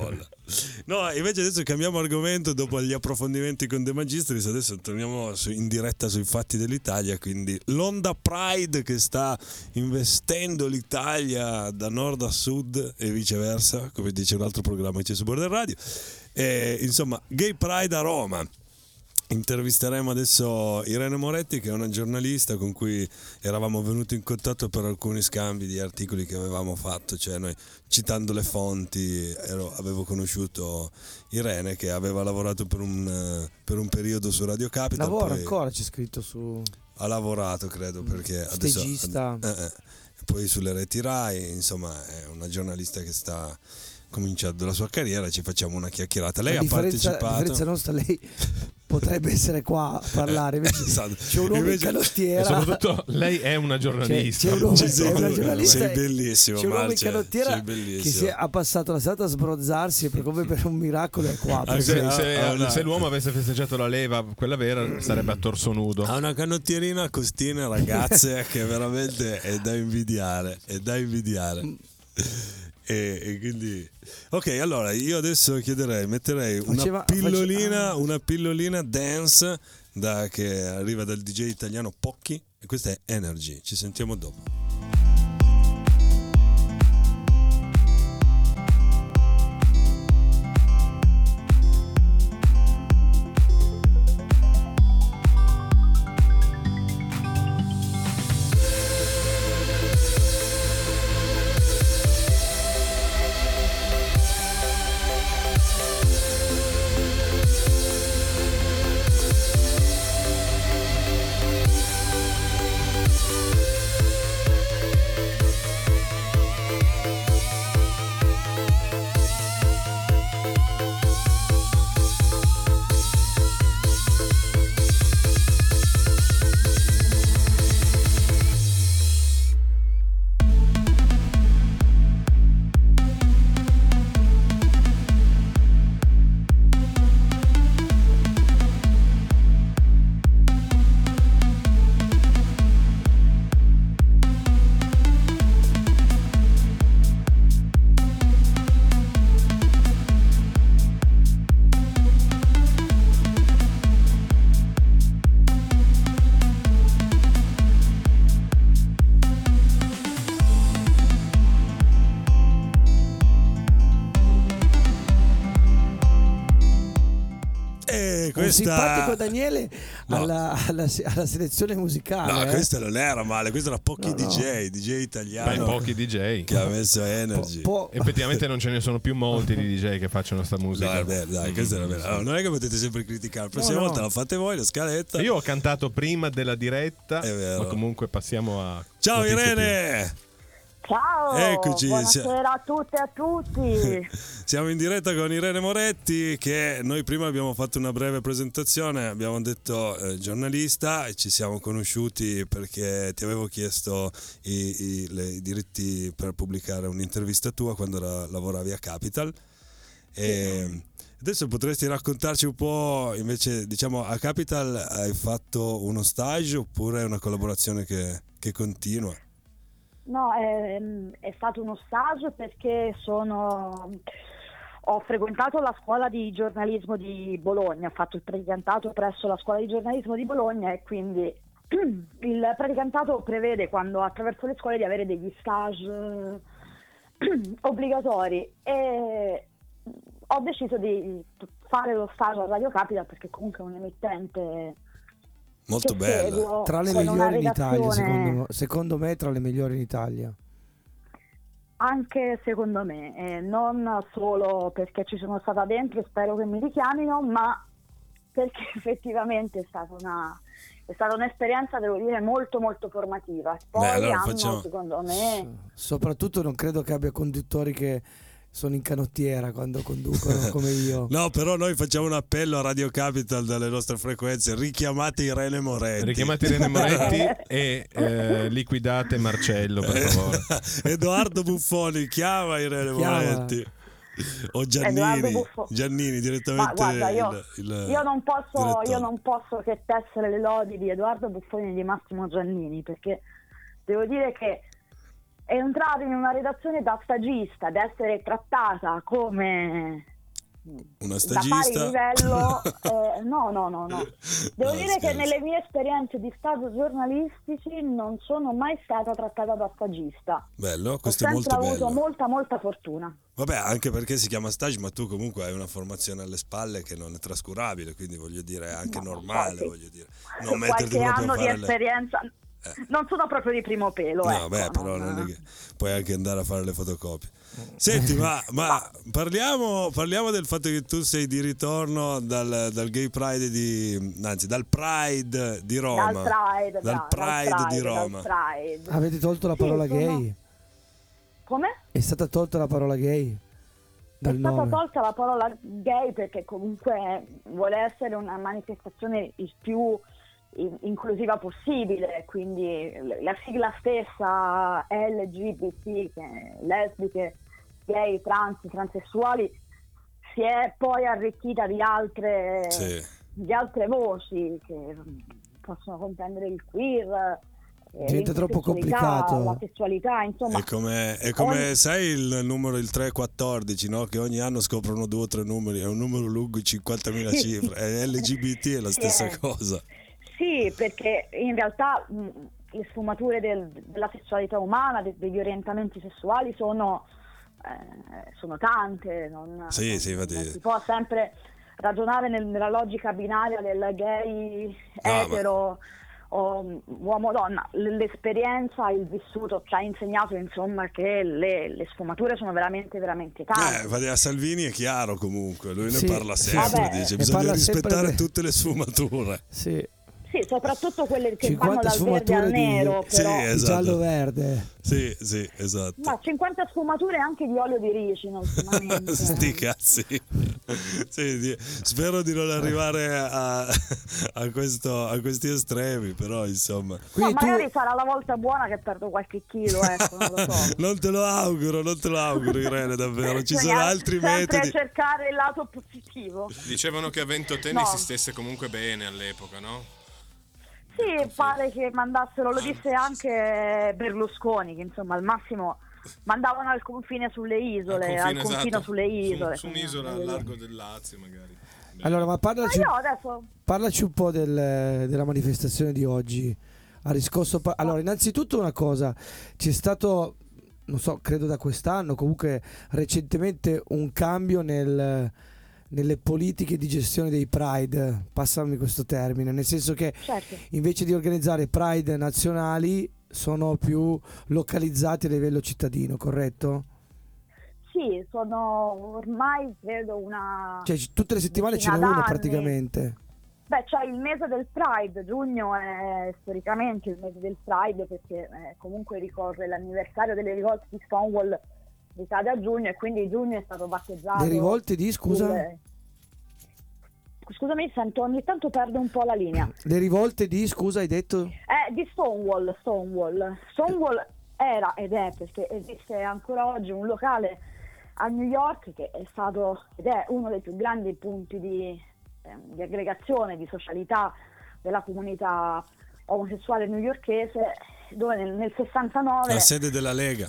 No, invece adesso cambiamo argomento dopo gli approfondimenti con De Magistris. Adesso torniamo su, in diretta sui fatti dell'Italia. Quindi l'onda Pride che sta investendo l'Italia da nord a sud e viceversa, come dice un altro programma che c'è su Border Radio. E, insomma, Gay Pride a Roma. Intervisteremo adesso Irene Moretti, che è una giornalista con cui eravamo venuti in contatto per alcuni scambi di articoli che avevamo fatto, cioè noi citando le fonti ero, avevo conosciuto Irene che aveva lavorato per un, per un periodo su Radio Capital. Lavora poi ancora, c'è scritto su... Ha lavorato credo perché adesso... Stagista. Eh, eh, poi sulle reti Rai, insomma è una giornalista che sta cominciando la sua carriera, ci facciamo una chiacchierata. Lei a ha differenza, partecipato... a differenza nostra, lei potrebbe essere qua a parlare, invece Esatto. c'è un uomo Invece- in canottiera. E soprattutto lei è una giornalista. C'è, c'è un uomo, Ci è sei, una tu, giornalista, sei bellissimo, c'è un uomo in Marcia, canottiera sei bellissimo. che si è, ha passato la serata a sbronzarsi e per come per un miracolo è qua. Ah, Se, Ah, se- ah, no. se l'uomo avesse festeggiato la leva, quella vera, sarebbe a torso nudo. Ha una canottierina a costine, ragazze, che veramente è da invidiare, è da invidiare. E, e quindi ok, allora io adesso chiederei, metterei una Faceva- pillolina, face- ah. una pillolina dance da, che arriva dal D J italiano Pocchi, e questa è Energy. Ci sentiamo dopo. Un questa... simpatico Daniele No. alla, alla, alla selezione musicale. No, eh. questa non era male, questa era Pocchi No, no. D J, D J Beh, italiano pochi D J. che ha messo Energy. Po- po- Effettivamente non ce ne sono più molti di D J che facciano sta No, musica. è vero, dai, questa era vera. Allora, non è che potete sempre criticare, la prossima No, no. volta la fate voi, la scaletta. Io ho cantato prima della diretta, È vero. ma comunque passiamo a... Ciao notizie Irene! Ciao, Eccoci, buonasera a tutte e a tutti. Siamo in diretta con Irene Moretti, che noi prima abbiamo fatto una breve presentazione, abbiamo detto eh, giornalista, e ci siamo conosciuti perché ti avevo chiesto i, i- le- i diritti per pubblicare un'intervista tua quando era- lavoravi a Capital. E adesso potresti raccontarci un po', invece, diciamo, a Capital hai fatto uno stage oppure è una collaborazione che, che continua? No, è, è stato uno stage perché sono, ho frequentato la scuola di giornalismo di Bologna, ho fatto il praticantato presso la scuola di giornalismo di Bologna e quindi il praticantato prevede, quando attraverso le scuole, di avere degli stage obbligatori e ho deciso di fare lo stage a Radio Capital perché comunque è un emittente Molto che bella. seguo tra le con una migliori in Italia, redazione- secondo me, secondo me tra le migliori in Italia. Anche secondo me, eh, non solo perché ci sono stata dentro e spero che mi richiamino, ma perché effettivamente è stata una è stata un'esperienza, devo dire, molto molto formativa. Poi Beh, allora hanno, facciamo- secondo me, Soprattutto non credo che abbia conduttori che sono in canottiera quando conducono come io. No, però noi facciamo un appello a Radio Capital dalle nostre frequenze, richiamate Irene Moretti. Richiamate Irene Moretti e eh, liquidate Marcello, per favore. Edoardo Buffoni, chiama Irene Chiamala. Moretti. O Edoardo Giannini, Buffo- Giannini ma direttamente. guarda, io, il- il io non posso direttore. io non posso che tessere le lodi di Edoardo Buffoni e di Massimo Giannini, perché devo dire che entrare in una redazione da stagista, ad essere trattata come Una da stagista? pari livello, eh, no, no, no, no. Devo No, dire scherzo. che nelle mie esperienze di stage giornalistici non sono mai stata trattata da stagista. Bello, Ho questo è sempre molto avuto bello. molta, molta fortuna. Vabbè, anche perché si chiama stage, ma tu comunque hai una formazione alle spalle che non è trascurabile, quindi voglio dire, è anche No, normale, poi, voglio dire. Non metterti qualche proprio a anno di fare le... esperienza, non sono proprio di primo pelo. No, ecco, beh, però non- non è che puoi anche andare a fare le fotocopie. Senti, ma, ma parliamo, parliamo del fatto che tu sei di ritorno dal, dal Gay Pride di, anzi, dal Pride di Roma. Dal Pride, Dal bravo, Pride dal di Pride, Roma. dal Pride. Avete tolto la Sì, parola sono- gay? Come? È stata tolta la parola gay dal È stata nome. tolta la parola gay perché comunque vuole essere una manifestazione il più in- inclusiva possibile, quindi l- la sigla stessa L G B T, che è lesbiche, gay, trans, transessuali, si è poi arricchita di altre, Sì. di altre voci che possono comprendere il queer, eh, Diventa troppo l'intersessualità, complicato. la sessualità, insomma. È come, è come ogni- sai il numero, il tre quattordici, no? Che ogni anno scoprono due o tre numeri, è un numero lungo di cinquantamila Sì. cifre, è L G B T è la Sì, stessa eh. cosa. Sì, perché in realtà mh, le sfumature del- della sessualità umana, de- degli orientamenti sessuali sono, eh, sono tante, non, Sì, non- sì, infatti- non si può sempre ragionare nel- nella logica binaria del gay, No, ma- etero o uomo-donna. L- L'esperienza, il vissuto ci ha insegnato insomma che le, le sfumature sono veramente, veramente Eh, tante. infatti a Salvini è chiaro comunque, lui Sì, ne parla sì. sempre, Vabbè, dice ne bisogna parla sempre rispettare de- tutte le sfumature. Sì, Sì, soprattutto quelle che cinquanta vanno dal verde al sfumature di- nero, Sì, però. di esatto. giallo-verde. Sì, sì, esatto. Ma cinquanta sfumature anche di olio di ricino ultimamente. Sti cazzi. Sì, di- spero di non arrivare a, a, questo, a questi estremi, però insomma. No, Quindi tu magari sarà la volta buona che perdo qualche chilo, ecco, non lo so. Non te lo auguro, non te lo auguro Irene, davvero. Ci sono Bisogna altri sempre metodi. cercare il lato positivo. Dicevano che a Ventotene No. si stesse comunque bene all'epoca, no? Sì, pare che mandassero, lo disse anche Berlusconi, che insomma al massimo mandavano al confine sulle isole, al confine, esatto. sulle isole. Su, su quindi, un'isola voglio al dire. largo del Lazio, magari. Bene. allora, ma Ma parlaci, io adesso parlaci un po' del- della manifestazione di oggi. Ha riscosso pa- allora, innanzitutto una cosa, c'è stato, non so, credo da quest'anno, comunque recentemente un cambio nel- nelle politiche di gestione dei Pride, passami questo termine, nel senso che certo. invece di organizzare Pride nazionali sono più localizzati a livello cittadino, corretto? Sì, sono ormai credo una Cioè c- tutte le settimane ce n'è decina uno d'anni. praticamente. Beh, c'è il mese del Pride, giugno è storicamente il mese del Pride perché eh, comunque ricorre l'anniversario delle rivolte di Stonewall, ricade a giugno e quindi giugno è stato battezzato. Le rivolte di, scusa? il- Scusami, sento, ogni tanto perdo un po' la linea. Le rivolte di, scusa, hai detto? Eh, di Stonewall, Stonewall. Stonewall era ed è, perché esiste ancora oggi un locale a New York che è stato ed è uno dei più grandi punti di, eh, di aggregazione, di socialità della comunità omosessuale newyorkese, dove nel, nel sessantanove, La sede della Lega.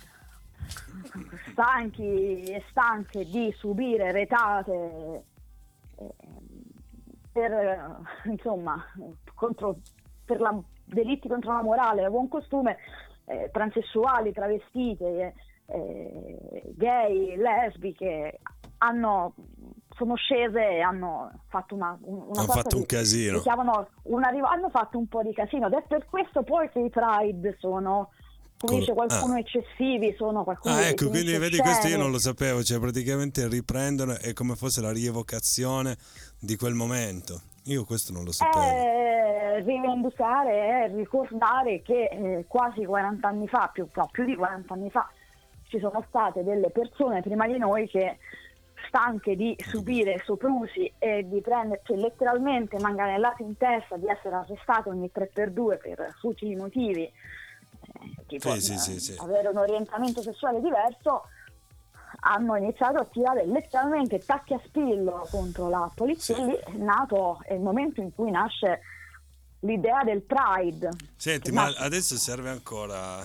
stanchi e stanche di subire retate eh, per eh, insomma contro per la, delitti contro la morale, il buon costume, eh, transessuali, travestite, eh, gay, lesbiche hanno sono scese e hanno fatto una, una Hanno sorta fatto di- un casino. li chiamano una riv- hanno fatto un po' di casino ed è per questo poi che i Pride sono, come Col- dice qualcuno, ah. eccessivi, sono qualcuno Ah, che ecco, quindi finisce vedi, questo io scene. non lo sapevo, cioè praticamente riprendono, è come fosse la rievocazione di quel momento. Io questo non lo sapevo. È rivendicare, è ricordare che eh, quasi quaranta anni fa, più, no, più di quaranta anni fa, ci sono state delle persone prima di noi che, stanche di subire soprusi e di prenderci letteralmente manganellate in testa, di essere arrestate ogni tre per due per futili motivi, eh, tipo Sì, sì, eh, sì, sì. avere un orientamento sessuale diverso, hanno iniziato a tirare letteralmente tacchi a spillo contro la polizia. Sì. Lì è nato, è il momento in cui nasce l'idea del Pride. Senti, Che ma nasce- adesso serve ancora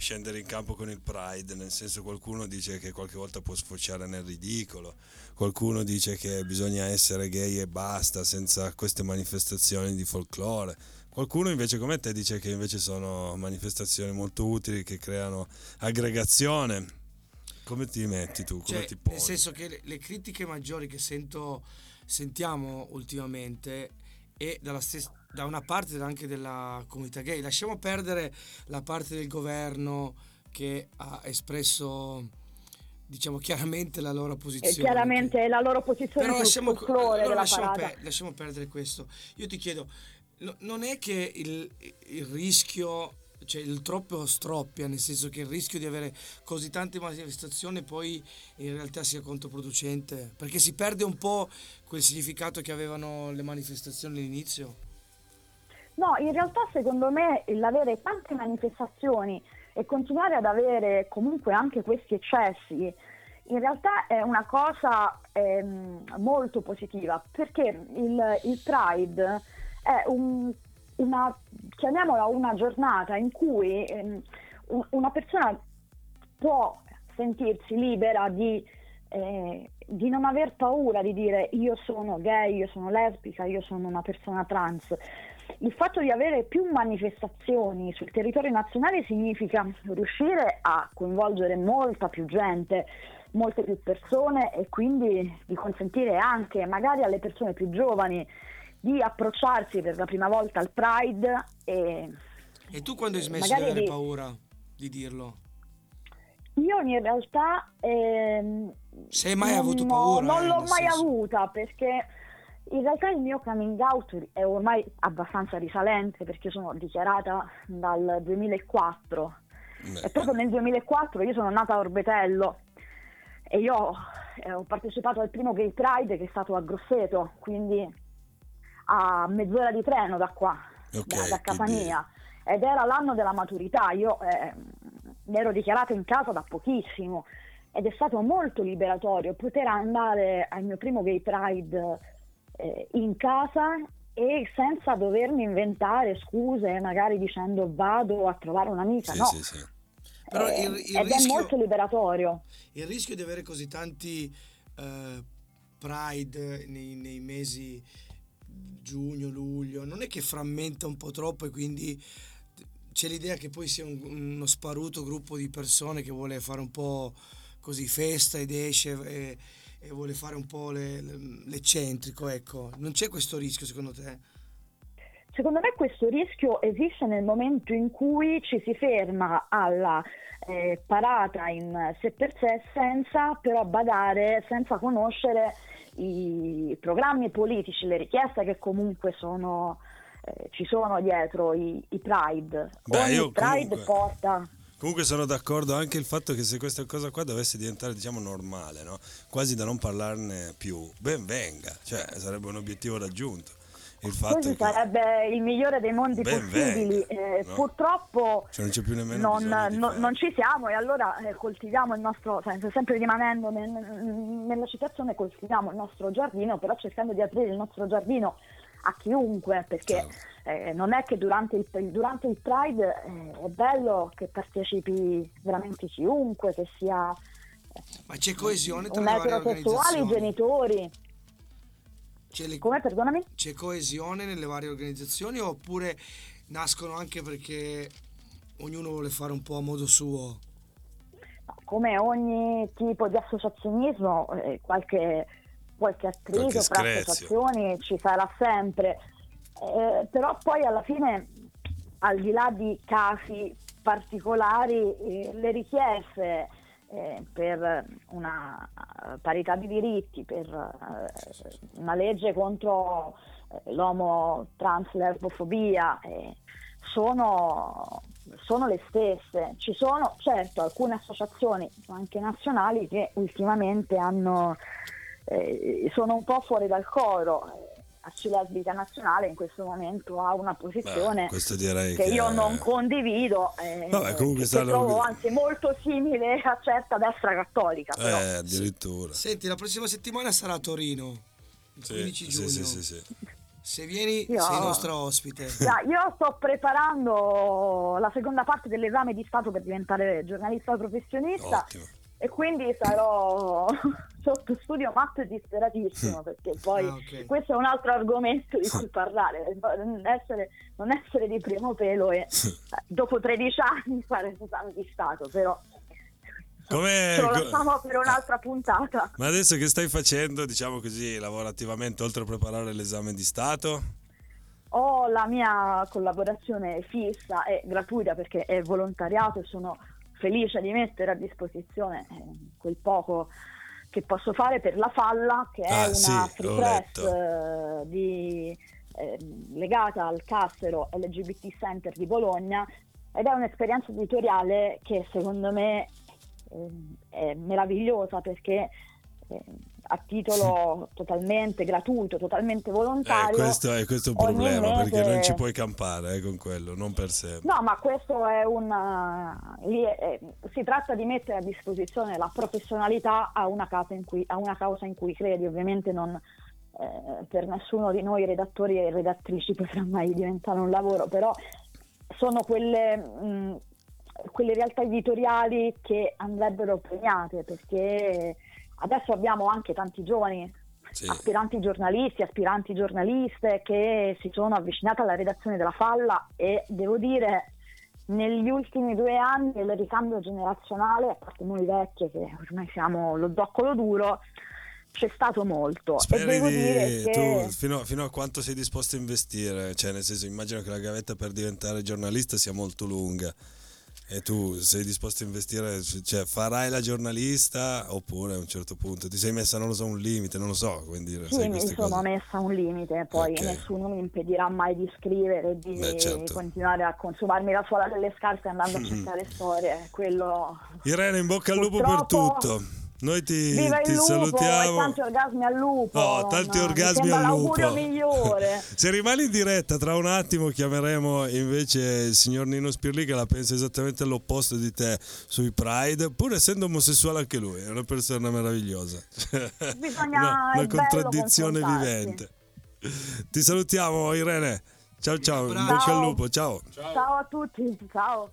scendere in campo con il Pride, nel senso, qualcuno dice che qualche volta può sfociare nel ridicolo, qualcuno dice che bisogna essere gay e basta senza queste manifestazioni di folklore, qualcuno invece come te dice che invece sono manifestazioni molto utili che creano aggregazione. Come ti metti tu? Come Cioè, ti poni? nel senso che le, le critiche maggiori che sento sentiamo ultimamente e dalla stessa, da una parte anche della comunità gay, lasciamo perdere la parte del governo che ha espresso, diciamo, chiaramente la loro posizione, E chiaramente che... la loro posizione Però sul lasciamo, folklore allora della lasciamo, parata. per, lasciamo perdere questo. Io ti chiedo, no- non è che il, il rischio, cioè il troppo stroppia, nel senso che il rischio di avere così tante manifestazioni poi in realtà sia controproducente, perché si perde un po' quel significato che avevano le manifestazioni all'inizio? No, in realtà secondo me l'avere tante manifestazioni e continuare ad avere comunque anche questi eccessi in realtà è una cosa ehm, molto positiva, perché il, il Pride è un, una, chiamiamola una giornata in cui ehm, un- una persona può sentirsi libera di, eh, di non aver paura di dire io sono gay, io sono lesbica, io sono una persona trans. Il fatto di avere più manifestazioni sul territorio nazionale significa riuscire a coinvolgere molta più gente, molte più persone, e quindi di consentire anche magari alle persone più giovani di approcciarsi per la prima volta al Pride. E, E tu quando hai smesso di magari avere di- paura di dirlo? Io in realtà ehm, Se hai mai non, avuto ho- paura, non eh, l'ho nel mai senso- avuta, perché in realtà il mio coming out è ormai abbastanza risalente, perché sono dichiarata dal duemilaquattro e proprio nel duemilaquattro io sono nata a Orbetello e io eh, ho partecipato al primo Gay Pride che è stato a Grosseto, quindi a mezz'ora di treno da qua, Ok, da, da casa quindi- mia, ed era l'anno della maturità. Io eh, mi ero dichiarata in casa da pochissimo ed è stato molto liberatorio poter andare al mio primo Gay Pride eh, in casa e senza dovermi inventare scuse, magari dicendo vado a trovare un'amica. Sì, no, sì, sì. Però Eh, il- il ed rischio- è molto liberatorio. Il rischio di avere così tanti eh, Pride nei, nei mesi giugno, luglio, non è che frammenta un po' troppo e quindi c'è l'idea che poi sia un- uno sparuto gruppo di persone che vuole fare un po' così festa ed esce e, e vuole fare un po' le- le- l'eccentrico, ecco. Non c'è questo rischio secondo te? Secondo me questo rischio esiste nel momento in cui ci si ferma alla eh, parata in sé per sé senza però badare, senza conoscere i programmi politici, le richieste che comunque sono, eh, ci sono dietro i, i Pride. Beh, Ogni io Pride comunque- porta... Comunque sono d'accordo anche il fatto che se questa cosa qua dovesse diventare, diciamo, normale, no? Quasi da non parlarne più, ben venga, cioè sarebbe un obiettivo raggiunto. Il fatto Questo che sarebbe il migliore dei mondi Ben possibili. venga, Eh, no? Purtroppo cioè, non c'è più nemmeno non, bisogno di no- fare. non ci siamo, e allora eh, coltiviamo il nostro, cioè, sempre rimanendo nel- nella situazione, coltiviamo il nostro giardino, però cercando di aprire il nostro giardino a chiunque, perché eh, non è che durante il, durante il Pride eh, è bello che partecipi veramente chiunque, che sia Ma c'è coesione tra un le varie eterosessuale, i organizzazioni? genitori. C'è, le- Come, perdonami? c'è coesione nelle varie organizzazioni oppure nascono anche perché ognuno vuole fare un po' a modo suo? Come ogni tipo di associazionismo, eh, qualche, qualche attrito Qualche fra screzio. associazioni ci sarà sempre. Eh, però poi alla fine, al di là di casi particolari, eh, le richieste eh, per una eh, parità di diritti, per eh, una legge contro eh, l'omo, trans, lesbofobia, eh, sono, sono le stesse. Ci sono certo alcune associazioni anche nazionali che ultimamente hanno eh, sono un po' fuori dal coro. Aci Lesbica Nazionale in questo momento ha una posizione Beh, questo direi che che io è- non condivido, eh, Vabbè, comunque che stanno- trovo anzi molto simile a certa destra cattolica. Però. Eh, addirittura. Senti, la prossima settimana sarà a Torino, il Sì, quindici sì, giugno. sì, sì, sì. Se vieni, Io- sei nostra ospite. Ya, io sto preparando la seconda parte dell'esame di Stato per diventare giornalista professionista. Ottimo. E quindi sarò sotto studio matto e disperatissimo, perché poi Ah, ok. questo è un altro argomento di cui parlare, non essere, non essere di primo pelo e eh, dopo tredici anni fare l'esame di Stato, però Come- ce lo lasciamo per un'altra puntata. Ma adesso che stai facendo, diciamo così, lavorativamente, oltre a preparare l'esame di Stato? Ho la mia collaborazione fissa e gratuita perché è volontariato e sono felice di mettere a disposizione eh, quel poco che posso fare per La Falla, che è Ah, una sì, free l'ho press letto. eh, di, eh, legata al Cassero L G B T Center di Bologna, ed è un'esperienza editoriale che secondo me eh, è meravigliosa perché eh, a titolo totalmente gratuito, totalmente Eh, volontario. questo è questo è un ogni problema, mese- perché non ci puoi campare eh, con quello, non per sempre. No, ma questo è una. lì è- è- si tratta di mettere a disposizione la professionalità a una causa in cui, a una causa in cui credi. Ovviamente non eh, per nessuno di noi redattori e redattrici potrà mai diventare un lavoro, però sono quelle, mh, quelle realtà editoriali che andrebbero premiate, perché adesso abbiamo anche tanti giovani Sì. aspiranti giornalisti, aspiranti giornaliste che si sono avvicinati alla redazione della Falla, e devo dire negli ultimi due anni il ricambio generazionale, a parte noi vecchie che ormai siamo lo zoccolo duro, c'è stato molto. e Speri devo dire di, che tu fino, fino a quanto sei disposto a investire? Cioè, nel senso, immagino che la gavetta per diventare giornalista sia molto lunga. E tu sei disposto a investire, cioè farai la giornalista oppure a un certo punto ti sei messa, non lo so, un limite, non lo so, come dire, sì, sai mi queste sono cose. messa un limite, poi Ok. nessuno mi impedirà mai di scrivere, di Beh, certo. continuare a consumarmi la suola delle scarpe andando a cercare storie, quello. Irene, in bocca al lupo per Purtroppo- tutto. Noi ti, Viva il ti lupo salutiamo. e tanti orgasmi al lupo. Oh, tanti No, orgasmi mi sembra al lupo. l'augurio migliore. Se rimani in diretta, tra un attimo chiameremo invece il signor Nino Spirli, che la pensa esattamente all'opposto di te sui Pride, pur essendo omosessuale anche lui, è una persona meravigliosa. Bisogna- una, è una bello contraddizione confrontarsi. vivente. Ti salutiamo, Irene. Ciao ciao, in Ciao. bocca al lupo, ciao. Ciao a tutti, ciao.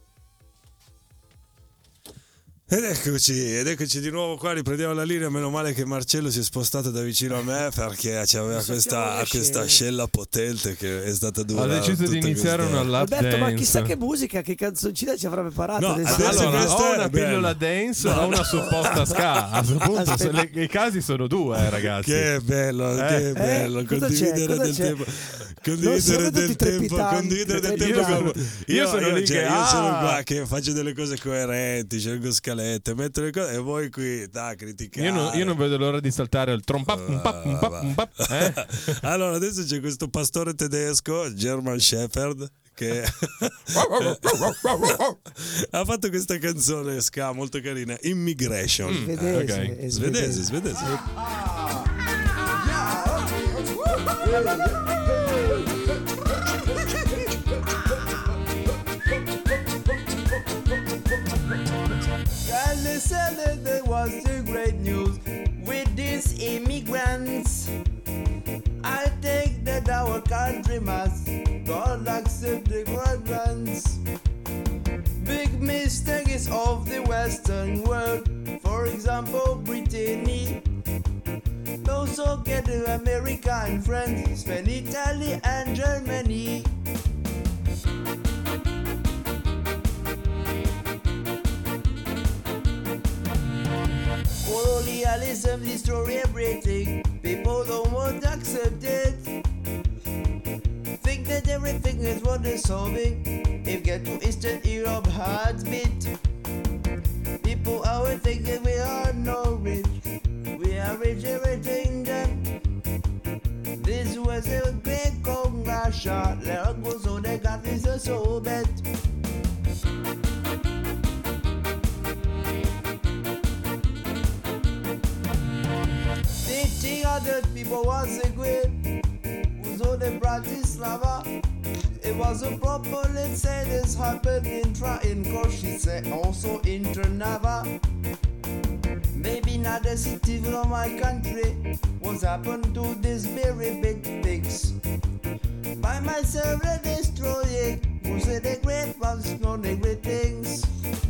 Ed eccoci, ed eccoci di nuovo qua, riprendiamo la linea. Meno male che Marcello si è spostato da vicino a me, perché aveva questa, questa ascella potente che è stata dura. Ha deciso di tutta iniziare questa- una lap Alberto, ma dance. chissà che musica, che canzoncina ci avrà preparato No, adesso. adesso Allora, questa o è una bella. pillola dance o una supposta ska. A questo punto se le- i casi sono due, eh, ragazzi. Che bello, che Eh. bello, Eh, cosa condividere c'è? Cosa del c'è? tempo. Non Condividere siamo del tutti tempo, trepidanti, condividere del tempo trepidanti. con- Io sono lì cioè, che- io sono ah! qua che faccio delle cose coerenti, scelgo scalette, metto le cose e voi qui da criticare. Io non, io non vedo l'ora di saltare il trompap, un pap, un pap, un pap, eh? Allora, adesso c'è questo pastore tedesco, German Shepherd, che ha fatto questa canzone ska molto carina, Immigration. Svedese, ok. è Svedese, svedese. Well, they said that there was the great news with these immigrants. I think that our country must not accept the migrants. Big mistake is of the Western world, for example, Britain. Also get the American friends, Spain, Italy, and Germany. Colonialism destroy everything. People don't want to accept it. Think that everything is what they're solving. If get to Eastern Europe, heartbeat. People are thinking we are no rich. We are rich everything done. This was a great Congress shot. There goes so they got this so bad. Teaching other people was a great. Was on the Bratislava. It was a proper, let's say this happened in Tra in Košice, also in Trnava. Maybe not the city of my country was happened to this very big things. By myself they destroy it. Who say the great ones know the great things.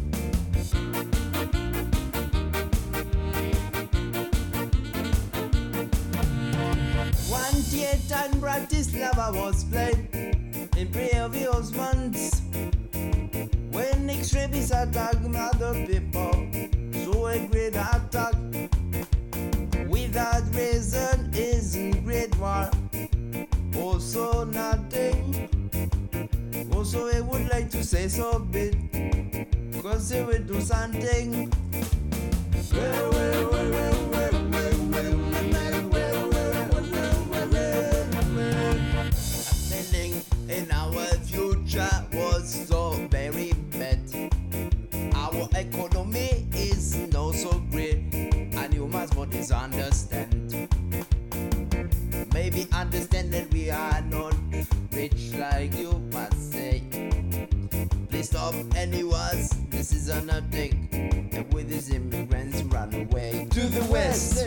One theater in Bratislava was played in previous months when extremists attacked other people. So a great attack without reason isn't great war. Also nothing. Also I would like to say something, cause they will do something. Well, well, well, well, well, well, well, well, well, well, well, well. Happening in our future was so very bad. Our economy is not so great, and you must what is understand. Maybe understand that we are not rich like you must say. Please stop any wars, this is a nothing. And with these immigrants run away to the west.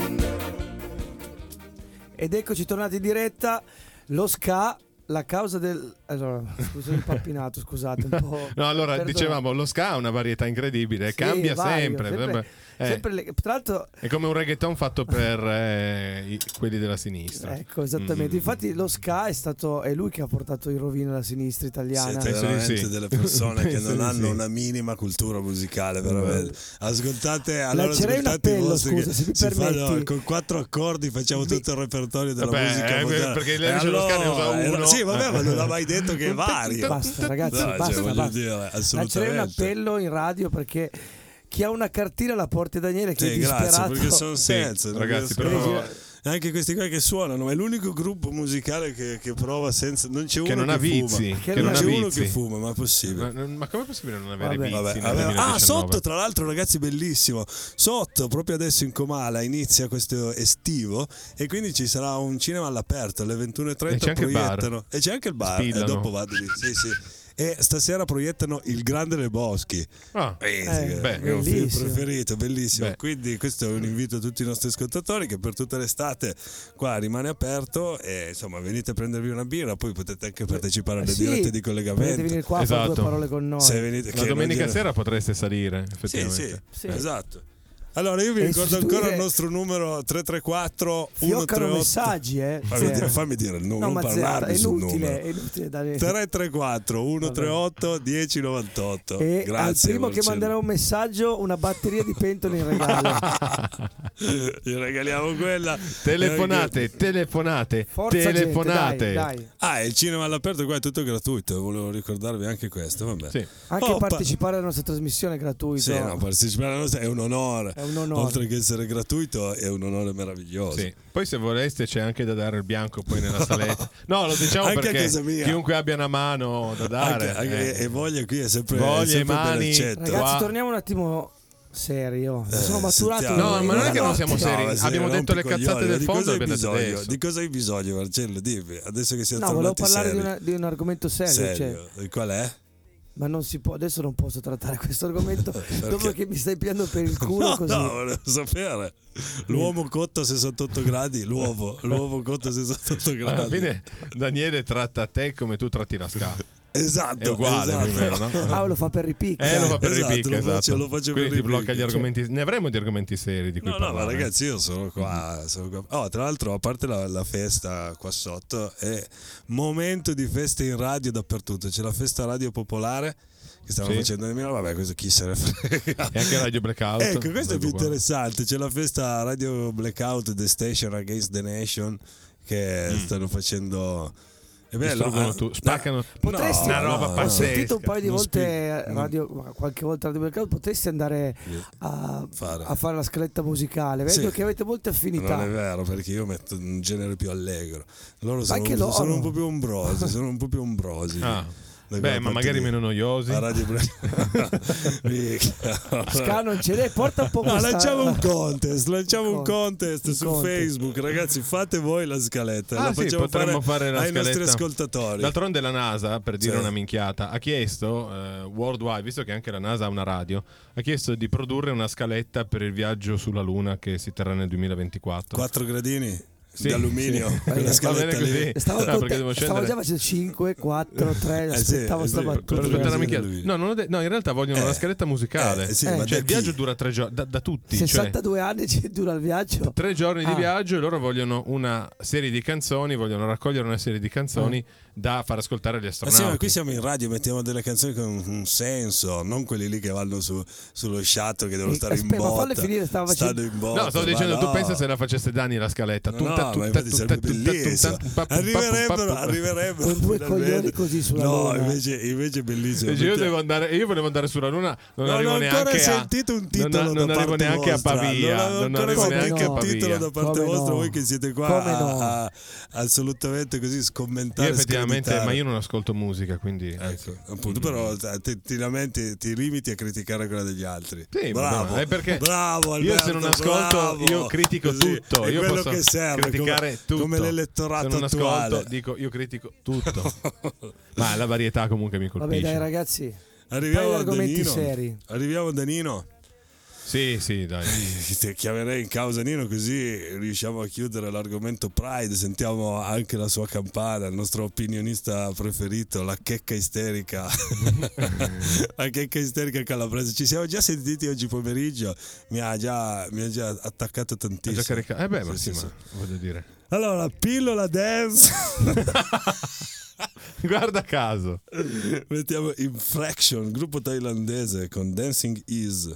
Ed eccoci tornati in diretta. Lo ska, la causa del... Allora, scusa, impappinato, scusate un po'. No, allora Perdono. dicevamo, lo ska ha una varietà incredibile, Sì, cambia vario, sempre. sempre, eh, sempre le- tra l'altro È come un reggaeton fatto per eh, i- quelli della sinistra. ecco, esattamente. Mm. Infatti lo ska è stato è lui che ha portato in rovina la sinistra italiana. Siete veramente sì. delle persone che Penso non di hanno sì. una minima cultura musicale, veramente. Ascoltate, allora Lancerei un ascoltate i appello, vostri scusa, che se mi si permetti. fanno con quattro accordi facciamo Mi- tutto il repertorio della Vabbè, musica eh, moderna. perché lei E dice lo Ska ne usa allora, uno. Sì, vabbè, ma non ha mai detto che vari. Basta, ragazzi, No, cioè, basta, voglio basta. dire, Lancerei un assolutamente. appello in radio perché chi ha una cartina la porti a Daniele che Sì, è grazie, disperato. perché sono senza. non ragazzi, riesco- per favore. Anche questi qua che suonano, ma è l'unico gruppo musicale che, che prova senza. Non c'è uno Che non ha vizi. fuma. Che non non ha c'è uno vizi. che fuma, ma è possibile. Ma, ma com'è possibile non avere Vabbè. vizi Vabbè, nel vabbè. Ah, duemiladiciannove? sotto tra l'altro ragazzi bellissimo, sotto proprio adesso in Comala inizia questo estivo e quindi ci sarà un cinema all'aperto alle ventuno e trenta E c'è anche il bar. proiettano e c'è anche il bar Spillano. e dopo vado lì, sì sì. E stasera proiettano Il Grande dei Boschi. Ah, Eh, Eh, sì, beh, è un film bellissimo. preferito, bellissimo. Beh. Quindi questo è un invito a tutti i nostri ascoltatori che per tutta l'estate qua rimane aperto e insomma venite a prendervi una birra, poi potete anche partecipare alle Eh sì, dirette di potete collegamento. venire qua a fare Esatto. due parole con noi. Se venite, la che domenica non- sera potreste salire, Sì, effettivamente. sì, Sì. esatto. Allora io vi E ricordo sostituire- ancora il nostro numero tre tre quattro uno tre Fioccano otto. messaggi, eh. Fammi, Cioè- dire, fammi dire il numero, No, non ma zero, parlarmi è sul inutile, numero. è inutile dare... tre tre quattro uno tre otto uno zero nove otto. E al Grazie. primo che Marcello. manderà un messaggio una batteria di pentole in regalo. Gli regaliamo quella. Telefonate, telefonate, Forza telefonate. gente, dai, dai. Ah, il cinema all'aperto qua è tutto gratuito, volevo ricordarvi anche questo, vabbè. Sì. Anche Oh, pa- partecipare alla nostra trasmissione è gratuito. Sì, no, partecipare alla nostra è un onore. È un onore. Oltre che essere gratuito è un onore meraviglioso. Sì. Poi se voleste c'è anche da dare il bianco poi nella saletta. No, lo diciamo Anche a perché casa mia. chiunque abbia una mano da dare. Anche, anche- eh. e voglia qui è sempre, Voglia, è sempre i mani. bell'accetto. Ragazzi, Qua- torniamo un attimo serio. Eh, Sono maturato. sentiamo. No, ma non è che non notte. siamo seri. ma sì, Abbiamo non detto le piccoli cazzate coglioni, del di fondo, cosa hai abbiamo detto bisogno? adesso. Di cosa hai bisogno, Marcello? Dimmi, adesso che siamo No, volevo tornati parlare di, seri. una- di un argomento serio. Cioè, Serio? E qual è? ma non si può, adesso non posso trattare questo argomento dopo che mi stai piando per il culo No, così. no, volevo sapere. L'uomo cotto a sessantotto gradi, l'uovo, l'uovo cotto a sessantotto gradi. Alla fine Daniele tratta te come tu tratti la scala. Esatto, È uguale, esatto. più o meno, no? Ah, lo fa per ripicca. Eh, lo fa per Esatto, ripicca, lo faccio- esatto. lo faccio Quindi per ti blocca ripicca. gli argomenti. Ne avremo di argomenti seri di cui No, no, ma parlare. ragazzi, io sono qua, sono qua. Oh, tra l'altro, a parte la, la festa qua sotto, è momento di feste in radio dappertutto. C'è la festa radio popolare che stanno Sì. facendo nel Milano, vabbè, questo chi se ne frega. E anche Radio Blackout. Ecco, questo è più Ecco qua. interessante. C'è la festa radio Blackout, The Station Against the Nation, che Mm. stanno facendo. È Distruggono ah, tu- spaccano. Potresti, Una roba ho pazzesca. sentito un paio di Non volte spi- radio, ma qualche volta Radio Mercato, potresti andare a Fare. a fare la scaletta musicale. Vedo Sì. che avete molte affinità. Non è vero, perché io metto un genere più allegro. Loro sono, anche loro. sono un po' più ombrosi, sono un po' più ombrosi. Ah. Da Beh, quella ma parte magari lì. meno noiosi. A Radio Ska non ce n'è, porta un po' No, questa... lanciamo un contest, lanciamo un Un contest un su contest. Facebook, ragazzi, fate voi la scaletta, Ah, la sì, facciamo potremmo fare la ai nostri scaletta. ascoltatori. D'altronde la NASA, per dire Sì. una minchiata, ha chiesto eh, worldwide, visto che anche la NASA ha una radio, ha chiesto di produrre una scaletta per il viaggio sulla Luna che si terrà nel duemilaventiquattro. Quattro gradini? Sì, di alluminio, sì. quella Va scaletta bene così. lì. Stavo, No, conte- perché devo stavo scendere. già facendo cinque, quattro, tre, Eh, aspettavo sì, sta sì, battuta. Per aspettare Sì, Michele. lui. No, non ho de- no, in realtà vogliono Eh, una scaletta musicale. eh, sì, Eh. ma Cioè, da il viaggio chi? dura tre giorni, da, da tutti. Cioè, sessantadue anni ci dura il viaggio. tre giorni di Ah. viaggio e loro vogliono una serie di canzoni, vogliono raccogliere una serie di canzoni da far ascoltare agli Ma sì, astronauti. ma qui siamo in radio, mettiamo delle canzoni con un senso, non quelli lì che vanno su, sullo shuttle che devono Eh, stare in aspetta, ma botta. fallo finire, stava facendo- stanno in botta. No, stavo ma dicendo, no. tu pensa se la facesse Dani la scaletta. No, Tutta, no, tutta, ma infatti tutta, sarebbe tutta, bellissimo. tutta, tutta, Arriverebbero, arriverebbero. Con due finalmente. coglioni così sulla No, luna. invece, invece è bellissimo. Dice, io, devo andare, io volevo andare sulla Luna, non Non arrivo ho ancora neanche a sentito un titolo non, non da arrivo parte neanche vostra. a Pavia. Non ho Non ancora arrivo sentito neanche a un titolo Pavia. da parte Come vostra, no? voi che siete qua Come a, no? a- assolutamente così scommentare. Io effettivamente, screditare. ma io non ascolto musica, quindi Ecco, appunto, però ti, ti lamenti, ti limiti a criticare quella degli altri. Sì, bravo, vabbè, è perché bravo io Alberto, se non ascolto, bravo. io critico Così, tutto. È Io quello posso che serve, criticare come, tutto. come l'elettorato Se non attuale. ascolto, dico io critico tutto. Ma la varietà comunque mi colpisce. Vabbè, dai, ragazzi. Arriviamo Fai a argomenti Danino. seri. Arriviamo a Danino. Sì, sì, dai. Ti chiamerei in causa Nino così riusciamo a chiudere l'argomento Pride. Sentiamo anche la sua campana, il nostro opinionista preferito, la checca isterica. La checca isterica calabrese. Ci siamo già sentiti oggi pomeriggio. Mi ha già, mi ha già attaccato È tantissimo. già caricato. Eh beh, ma Sì, sì, sì, ma sì. voglio dire. Allora, pillola dance. Guarda caso. Mettiamo Infraction, gruppo thailandese con Dancing Is.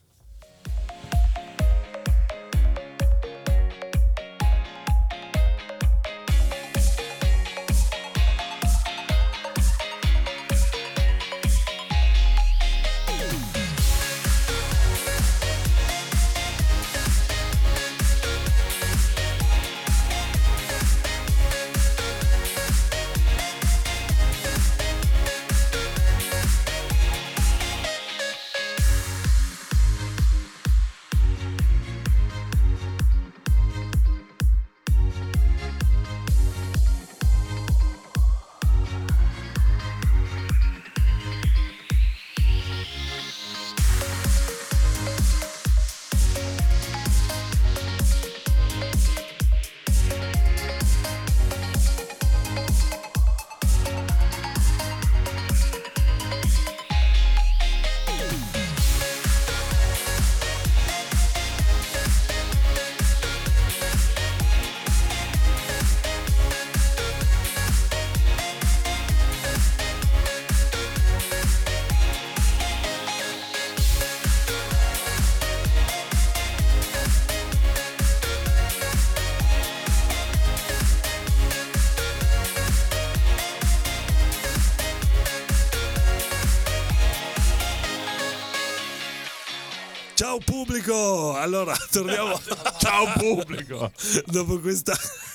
Ciao pubblico! Allora, torniamo. Ciao pubblico! Dopo questa.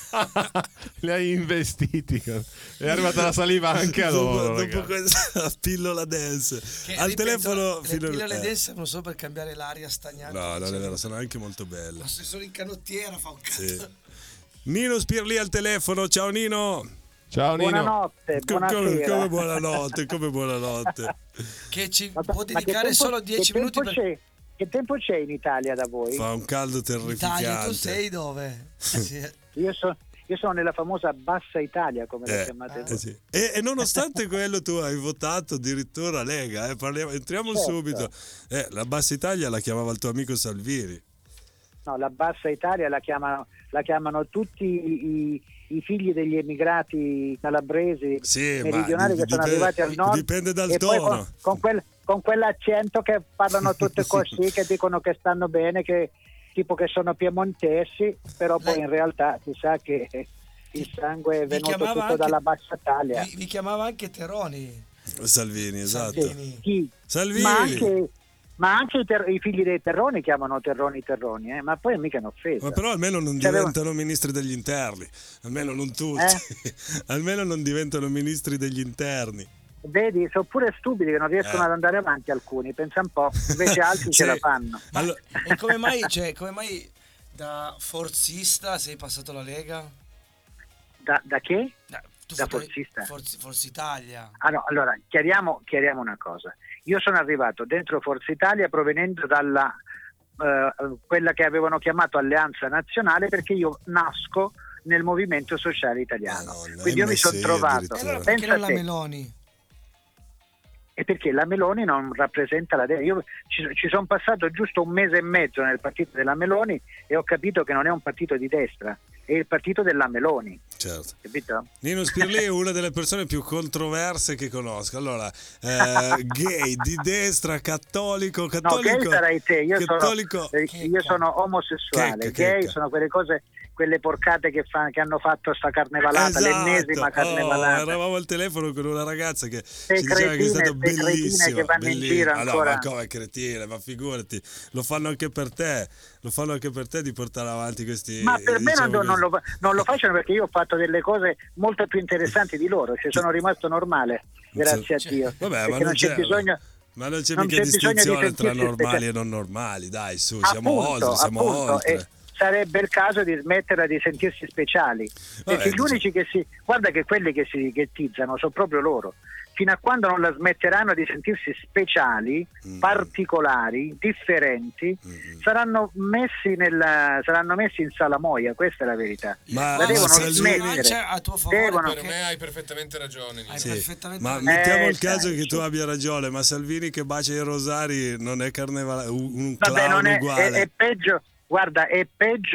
Li hai investiti. È arrivata la saliva anche a loro. dopo, dopo ragazzi. questa pillola dance. Che, Al ripeto, telefono le fino pillole eh. dance servono solo per cambiare l'aria stagnante. No, non Cioè, è vero, sono anche molto belle. ma se sono in canottiera fa un cazzo. Sì. Nino Spirli al telefono, ciao Nino. Ciao Nino. Buonanotte, Co- Come, buonasera. come buonanotte, come buonanotte. Che ci Ma- può ma che dedicare tempo- solo dieci che minuti tempo per c'è? Che tempo c'è in Italia da voi? Fa un caldo terrificante. Italia. Tu sei dove? Sì. Io, so- io sono nella famosa Bassa Italia, come la Eh, chiamate eh voi. sì. e, e nonostante quello tu hai votato addirittura Lega, eh, parliamo- entriamo Certo. subito. Eh, la Bassa Italia la chiamava il tuo amico Salvini. No, la Bassa Italia la chiamano, la chiamano tutti i, i figli degli emigrati calabresi Sì, meridionali ma che sono dipende- arrivati al nord. dipende dal e poi tono. con, con, quel, con quell'accento che parlano tutte così, che dicono che stanno bene, che tipo che sono piemontesi, però poi Lei- in realtà si sa che il sangue è Vi venuto chiamava tutto anche- dalla Bassa Italia. Vi, vi chiamava anche Teroni. Salvini, esatto. Salvini. Sì, Salvini. ma anche, ma anche i, ter- i figli dei Terroni chiamano Terroni Terroni, eh? Ma poi mica è un'offesa. Ma però almeno non Cioè, aveva- diventano ministri degli interni, almeno non tutti, Eh? almeno non diventano ministri degli interni. Vedi, sono pure stupidi che non riescono Eh. ad andare avanti alcuni, pensa un po', invece altri ce Sì. la fanno. Allora, E come mai, cioè, come mai da forzista sei passato alla Lega? Da, da che? Da, tu Da fai- forzista? Forza, Forza Italia. Ah, no, allora, chiariamo, chiariamo una cosa. Io sono arrivato dentro Forza Italia provenendo dalla eh, quella che avevano chiamato Alleanza Nazionale, perché io nasco nel movimento sociale italiano. Madonna, Quindi io mi M S I sono trovato, addirittura. Perché pensa non a la te, Meloni? e perché la Meloni non rappresenta la destra. Io ci, ci sono passato giusto un mese e mezzo nel partito della Meloni e ho capito che non è un partito di destra, è il partito della Meloni. Certo. Capito? Nino Spirlì è una delle persone più controverse che conosco. Allora, eh, gay, di destra, cattolico, No, cattolico. gay sarai te, io, cattolico, sono, eh, io sono omosessuale, Checca, gay checca. sono quelle cose, quelle porcate che, fa, che hanno fatto sta carnevalata, l'ennesima carnevalata. Oh, eravamo al telefono con una ragazza che Sei ci diceva che è cretine, stato sei cretine bellissimo. che vanno in bellissimo. giro Ah, no, ancora. ma come cretine, ma figurati, lo fanno anche per te, lo fanno anche per te di portare avanti questi. Ma per me diciamo non, non, lo, non lo facciano, perché io ho fatto delle cose molto più interessanti di loro, ci sono rimasto normale, grazie a Dio. Vabbè, perché ma non non c'è c'è, bisogno. ma non c'è non mica c'è bisogno di distinzione tra sentirsi normali specia- e non normali, dai, su, siamo Appunto, oltre, siamo appunto, oltre. e sarebbe il caso di smetterla di sentirsi speciali, Vabbè, perché gli unici che si guarda che quelli che si ghettizzano sono proprio loro. Fino a quando non la smetteranno di sentirsi speciali, Mm. particolari, differenti, Mm. saranno messi nella, saranno messi in salamoia, questa è la verità. Ma- la devono ma Salvini- smettere. C'è a tuo favore Devono- Per perché me hai perfettamente ragione. Nino. hai Sì, perfettamente ma ragione. mettiamo Eh, il caso dai, che tu sì. abbia ragione, ma Salvini che bacia i rosari non è carnevale, un, un Vabbè, clown non è, è, uguale. è peggio. Guarda, è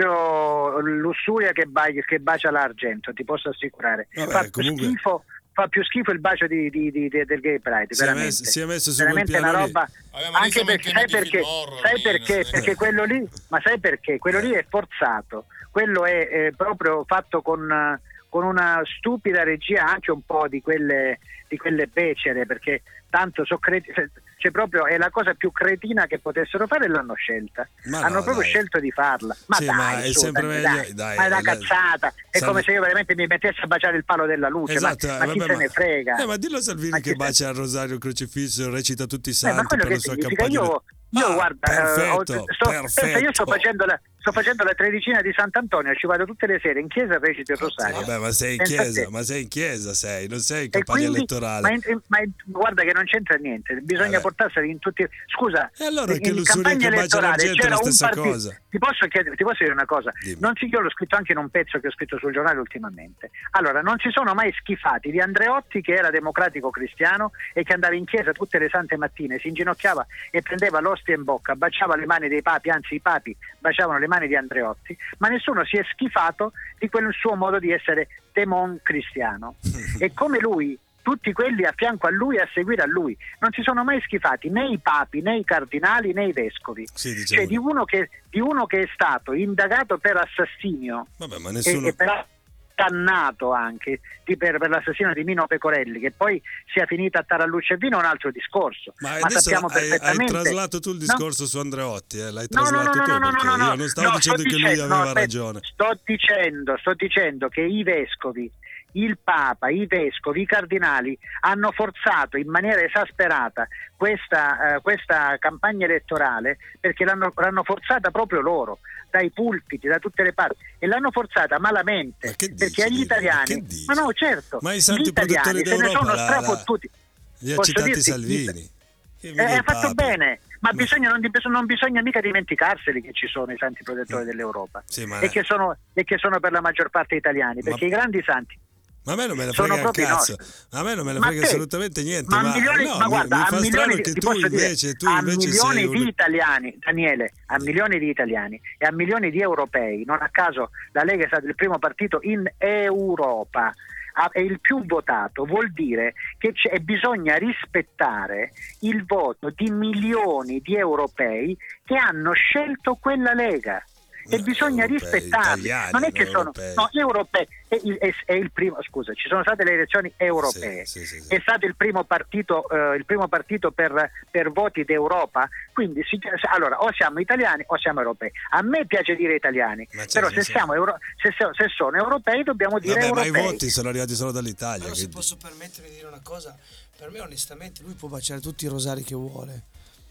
peggio Lussuria che, ba- che bacia l'argento, ti posso assicurare. Vabbè, fa, più comunque- schifo, fa più schifo il bacio di, di- di- de- del Gay Pride, Si è veramente. messo- si è messo su quel veramente piano una lì. roba. Vabbè, ma lì Anche siamo in perché, tema sai di perché? film horror, Sai Nino, perché? non è- Perché quello lì, ma sai perché? Quello lì è forzato, quello è, è proprio fatto con, eh, con una stupida regia, anche un po' di quelle, di quelle becere, perché tanto so creti- c'è proprio, è la cosa più cretina che potessero fare e l'hanno scelta. Ma Hanno no, proprio dai. scelto di farla. Ma Sì, dai, ma è su, sempre dai, meglio- dai, dai, ma è una dai. cazzata. È Salvi- come se io veramente mi mettessi a baciare il palo della luce. Esatto, ma, eh, ma chi vabbè, se ne frega? Eh, ma dillo a Salvini Ma che chi se- bacia il rosario il crocifisso, recita tutti i Eh, santi ma quello per che la sua significa? campagna. Io, io Ah, guarda, eh, perfetto, ho- sto, pensa, io sto perfetto. facendo, la, sto facendo la tredicina di Sant'Antonio, ci vado tutte le sere in chiesa e recito il rosario. Vabbè, ma sei in Pensa a chiesa, te. ma sei in chiesa, sei, non sei in E campagna quindi- elettorale. Ma, in- ma in- guarda che non c'entra niente, bisogna Vabbè. portarseli in tutti. Scusa, E allora in che Lussuria campagna che bacia elettorale l'argento è c'era la un stessa partito. cosa. Ti posso, chiedere, ti posso dire una cosa? Dimmi. Non si, io l'ho scritto anche in un pezzo che ho scritto sul giornale ultimamente. Allora, non si sono mai schifati di Andreotti, che era democratico cristiano e che andava in chiesa tutte le sante mattine, si inginocchiava e prendeva l'ostia in bocca, baciava le mani dei papi, anzi i papi baciavano le mani di Andreotti, ma nessuno si è schifato di quel suo modo di essere demon cristiano. E come lui, tutti quelli a fianco a lui, a seguire a lui, non si sono mai schifati né i papi, né i cardinali, né i vescovi. Sì, diciamo. Cioè di uno, che, di uno che è stato indagato per assassinio Vabbè, ma e, nessuno... e per dannato anche di, per, per l'assassinio di Mino Pecorelli, che poi sia finita a Tarallucce e Vino è un altro discorso. Ma Ma adesso sappiamo hai, hai perfettamente. traslato tu il No. discorso su Andreotti, eh? l'hai No, no, traslato no, tu no, no, perché no, no, io non stavo no, dicendo sto che lui dicendo- no, aveva aspetta, ragione. Sto dicendo, sto dicendo che i vescovi, il Papa, i vescovi, i cardinali hanno forzato in maniera esasperata questa, eh, questa campagna elettorale, perché l'hanno, l'hanno forzata proprio loro, dai pulpiti, da tutte le parti, e l'hanno forzata malamente, Ma che dici, perché agli Nino? italiani, Che dici? ma no, certo, Ma i gli santi italiani produttori se ne d'Europa sono la- strafottuti. Li ha Posso citati dirti? Salvini. Che Eh, mica hai i fatto papi. bene, ma Ma- bisogna, non, di- non bisogna mica dimenticarseli che ci sono i santi protettori dell'Europa Sì, ma- e, che sono, e che sono per la maggior parte italiani, perché Ma- i grandi santi Ma a me non me ne sono frega un proprio i cazzo. nostri. A me non me ne Ma frega te- assolutamente niente. ma, Ma, milioni, no, ma mi- guarda, mi a fa milioni strano di, che ti tu posso invece, dire, tu a invece milioni sei un... di italiani, Daniele, a milioni di italiani e a milioni di europei, non a caso la Lega è stato il primo partito in Europa, a- è il più votato, vuol dire che c'è, e bisogna rispettare il voto di milioni di europei che hanno scelto quella Lega. E No, bisogna europei, rispettarli, italiani, non è che non sono europei. no, europei, è il, è- è il primo, scusa, ci sono state le elezioni europee, Sì, sì, sì, sì. è stato il primo partito, eh, il primo partito per, per voti d'Europa, quindi si- allora o siamo italiani o siamo europei. A me piace dire italiani, Ma certo, però se, sì. siamo euro- se, so- se sono europei dobbiamo dire Vabbè, ma europei. i voti sono arrivati solo dall'Italia. Però se quindi- posso permettermi di dire una cosa, per me onestamente lui può baciare tutti i rosari che vuole.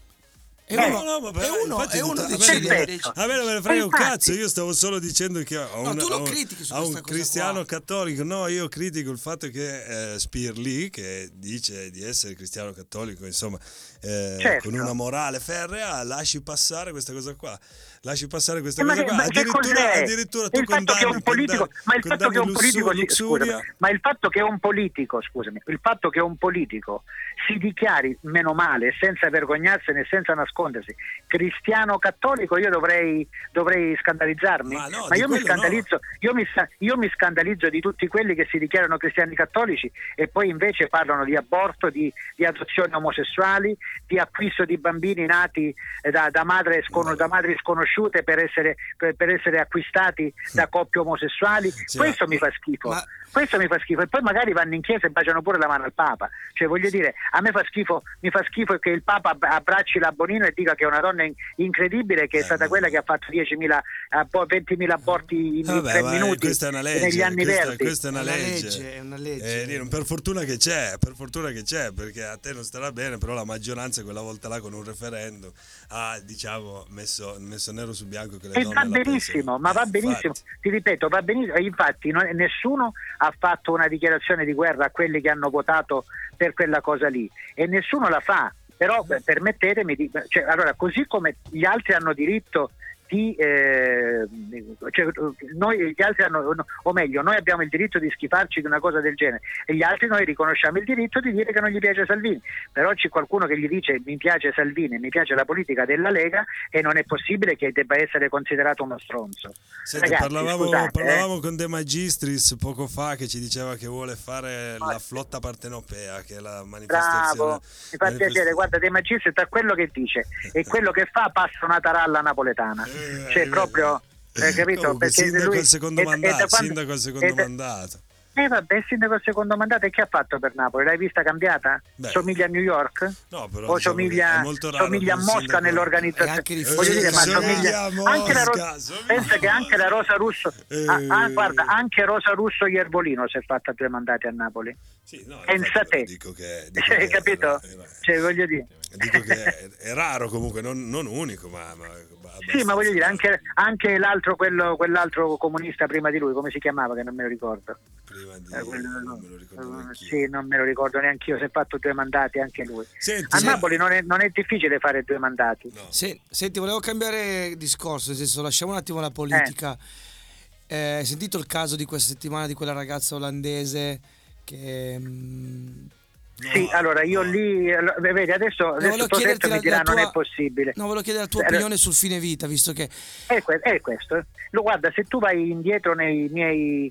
E Eh, uno, no, ma e uno, infatti e uno tutta- a me decide. non me- Perfetto. A me non me ne frega un Infatti. cazzo, io stavo solo dicendo che a No, un, tu lo a un- critichi su a un questa cosa cristiano qua. cattolico, no, io critico il fatto che eh, Spirlì, che dice di essere cristiano cattolico, insomma, eh, Certo. con una morale ferrea, lasci passare questa cosa qua. lasci passare questa Eh, ma cosa che- qua. ma che Addirittura, cos'è? addirittura tu Il fatto che condanni, un politico, condanni- ma il fatto che un condanni politico, lusso- si- luxuria. scusami, ma il fatto che un politico, scusami, il fatto che un politico si dichiari, meno male, senza vergognarsene, senza nascondersi, cristiano cattolico, io dovrei, dovrei scandalizzarmi. Ma no, Ma di io mi quello scandalizzo, io mi, sta- io mi scandalizzo di tutti quelli che si dichiarano cristiani cattolici e poi invece parlano di aborto, di, di adozioni omosessuali, di acquisto di bambini nati eh, da, da, madre scon- da madri sconosciute per essere, per, per essere acquistati da coppie omosessuali. Sì, Questo ma- mi fa schifo. ma- Questo mi fa schifo. E poi magari vanno in chiesa e baciano pure la mano al Papa. Cioè, voglio dire, a me fa schifo, mi fa schifo che il Papa ab- abbracci la Bonino e dica che è una donna in- incredibile, che è Eh, stata ma- quella che ha fatto diecimila, abbo- ventimila aborti in Vabbè, tre ma minuti questa è una legge, negli anni questa, verdi. questa è una È una legge. legge, è una legge. Eh, Nino, per fortuna che c'è, per fortuna che c'è, perché a te non starà bene, però la maggioranza quella volta là con un referendum ha, diciamo, messo, messo nero su bianco che le E donne va la benissimo, pensano. ma va Eh, benissimo, infatti. ti ripeto, va benissimo. E infatti non- nessuno ha fatto una dichiarazione di guerra a quelli che hanno votato per quella cosa lì e nessuno la fa. Però beh, permettetemi di, cioè, allora, così come gli altri hanno diritto di eh, cioè, noi gli altri hanno, o meglio, noi abbiamo il diritto di schifarci di una cosa del genere e gli altri noi riconosciamo il diritto di dire che non gli piace Salvini. Però c'è qualcuno che gli dice mi piace Salvini, mi piace la politica della Lega e non è possibile che debba essere considerato uno stronzo. Senti, Ragazzi, parlavamo, scusate, parlavamo eh. con De Magistris poco fa che ci diceva che vuole fare la flotta partenopea, che è la manifestazione. Bravo, mi fa manifest- piacere, guarda De Magistris tra quello che dice e quello che fa passa una taralla napoletana. Eh, Cioè eh, proprio eh, capito? Comunque, Perché sindaco lui al secondo è- è da mandato, quando- sindaco al secondo è da- mandato. Eh vabbè, il sindaco al secondo mandato e che ha fatto per Napoli? L'hai vista cambiata? Beh, somiglia a New York? No, però O diciamo che somiglia, è molto raro somiglia a che un Mosca sindaco- E nell'organizzazione? anche di Voglio dire, ma Somiglia somiglia a anche la Mosca, Ro- somiglia pensa a che anche la Rosa Russo Eh. ah, ah, guarda, anche Rosa Russo Iervolino si è fatta due mandati a Napoli. Sì, no, Pensa infatti, te. dico che, dico Hai che capito? era- era- Cioè, voglio dire. dico che è, è raro comunque, non, non unico, ma, ma Sì, ma voglio dire, anche, anche l'altro, quello, quell'altro comunista prima di lui, come si chiamava, che non me lo ricordo. prima di Eh, quello- non me lo ricordo eh, neanch'io. sì, non me lo ricordo neanche io, si è fatto due mandati anche lui. Senti, A sì. Napoli non è, non è difficile fare due mandati. No. Se- senti, volevo cambiare discorso, nel senso, lasciamo un attimo la politica. Eh, hai sentito il caso di questa settimana di quella ragazza olandese che... mm, No, Sì, allora io no. lì, allora, vedi, adesso, adesso volevo tu hai detto chiederti mi la- dirà la non tua- è possibile. No, volevo chiedere la tua Eh, opinione sul fine vita, visto che... È, que- è questo. Lo guarda, se tu vai indietro nei miei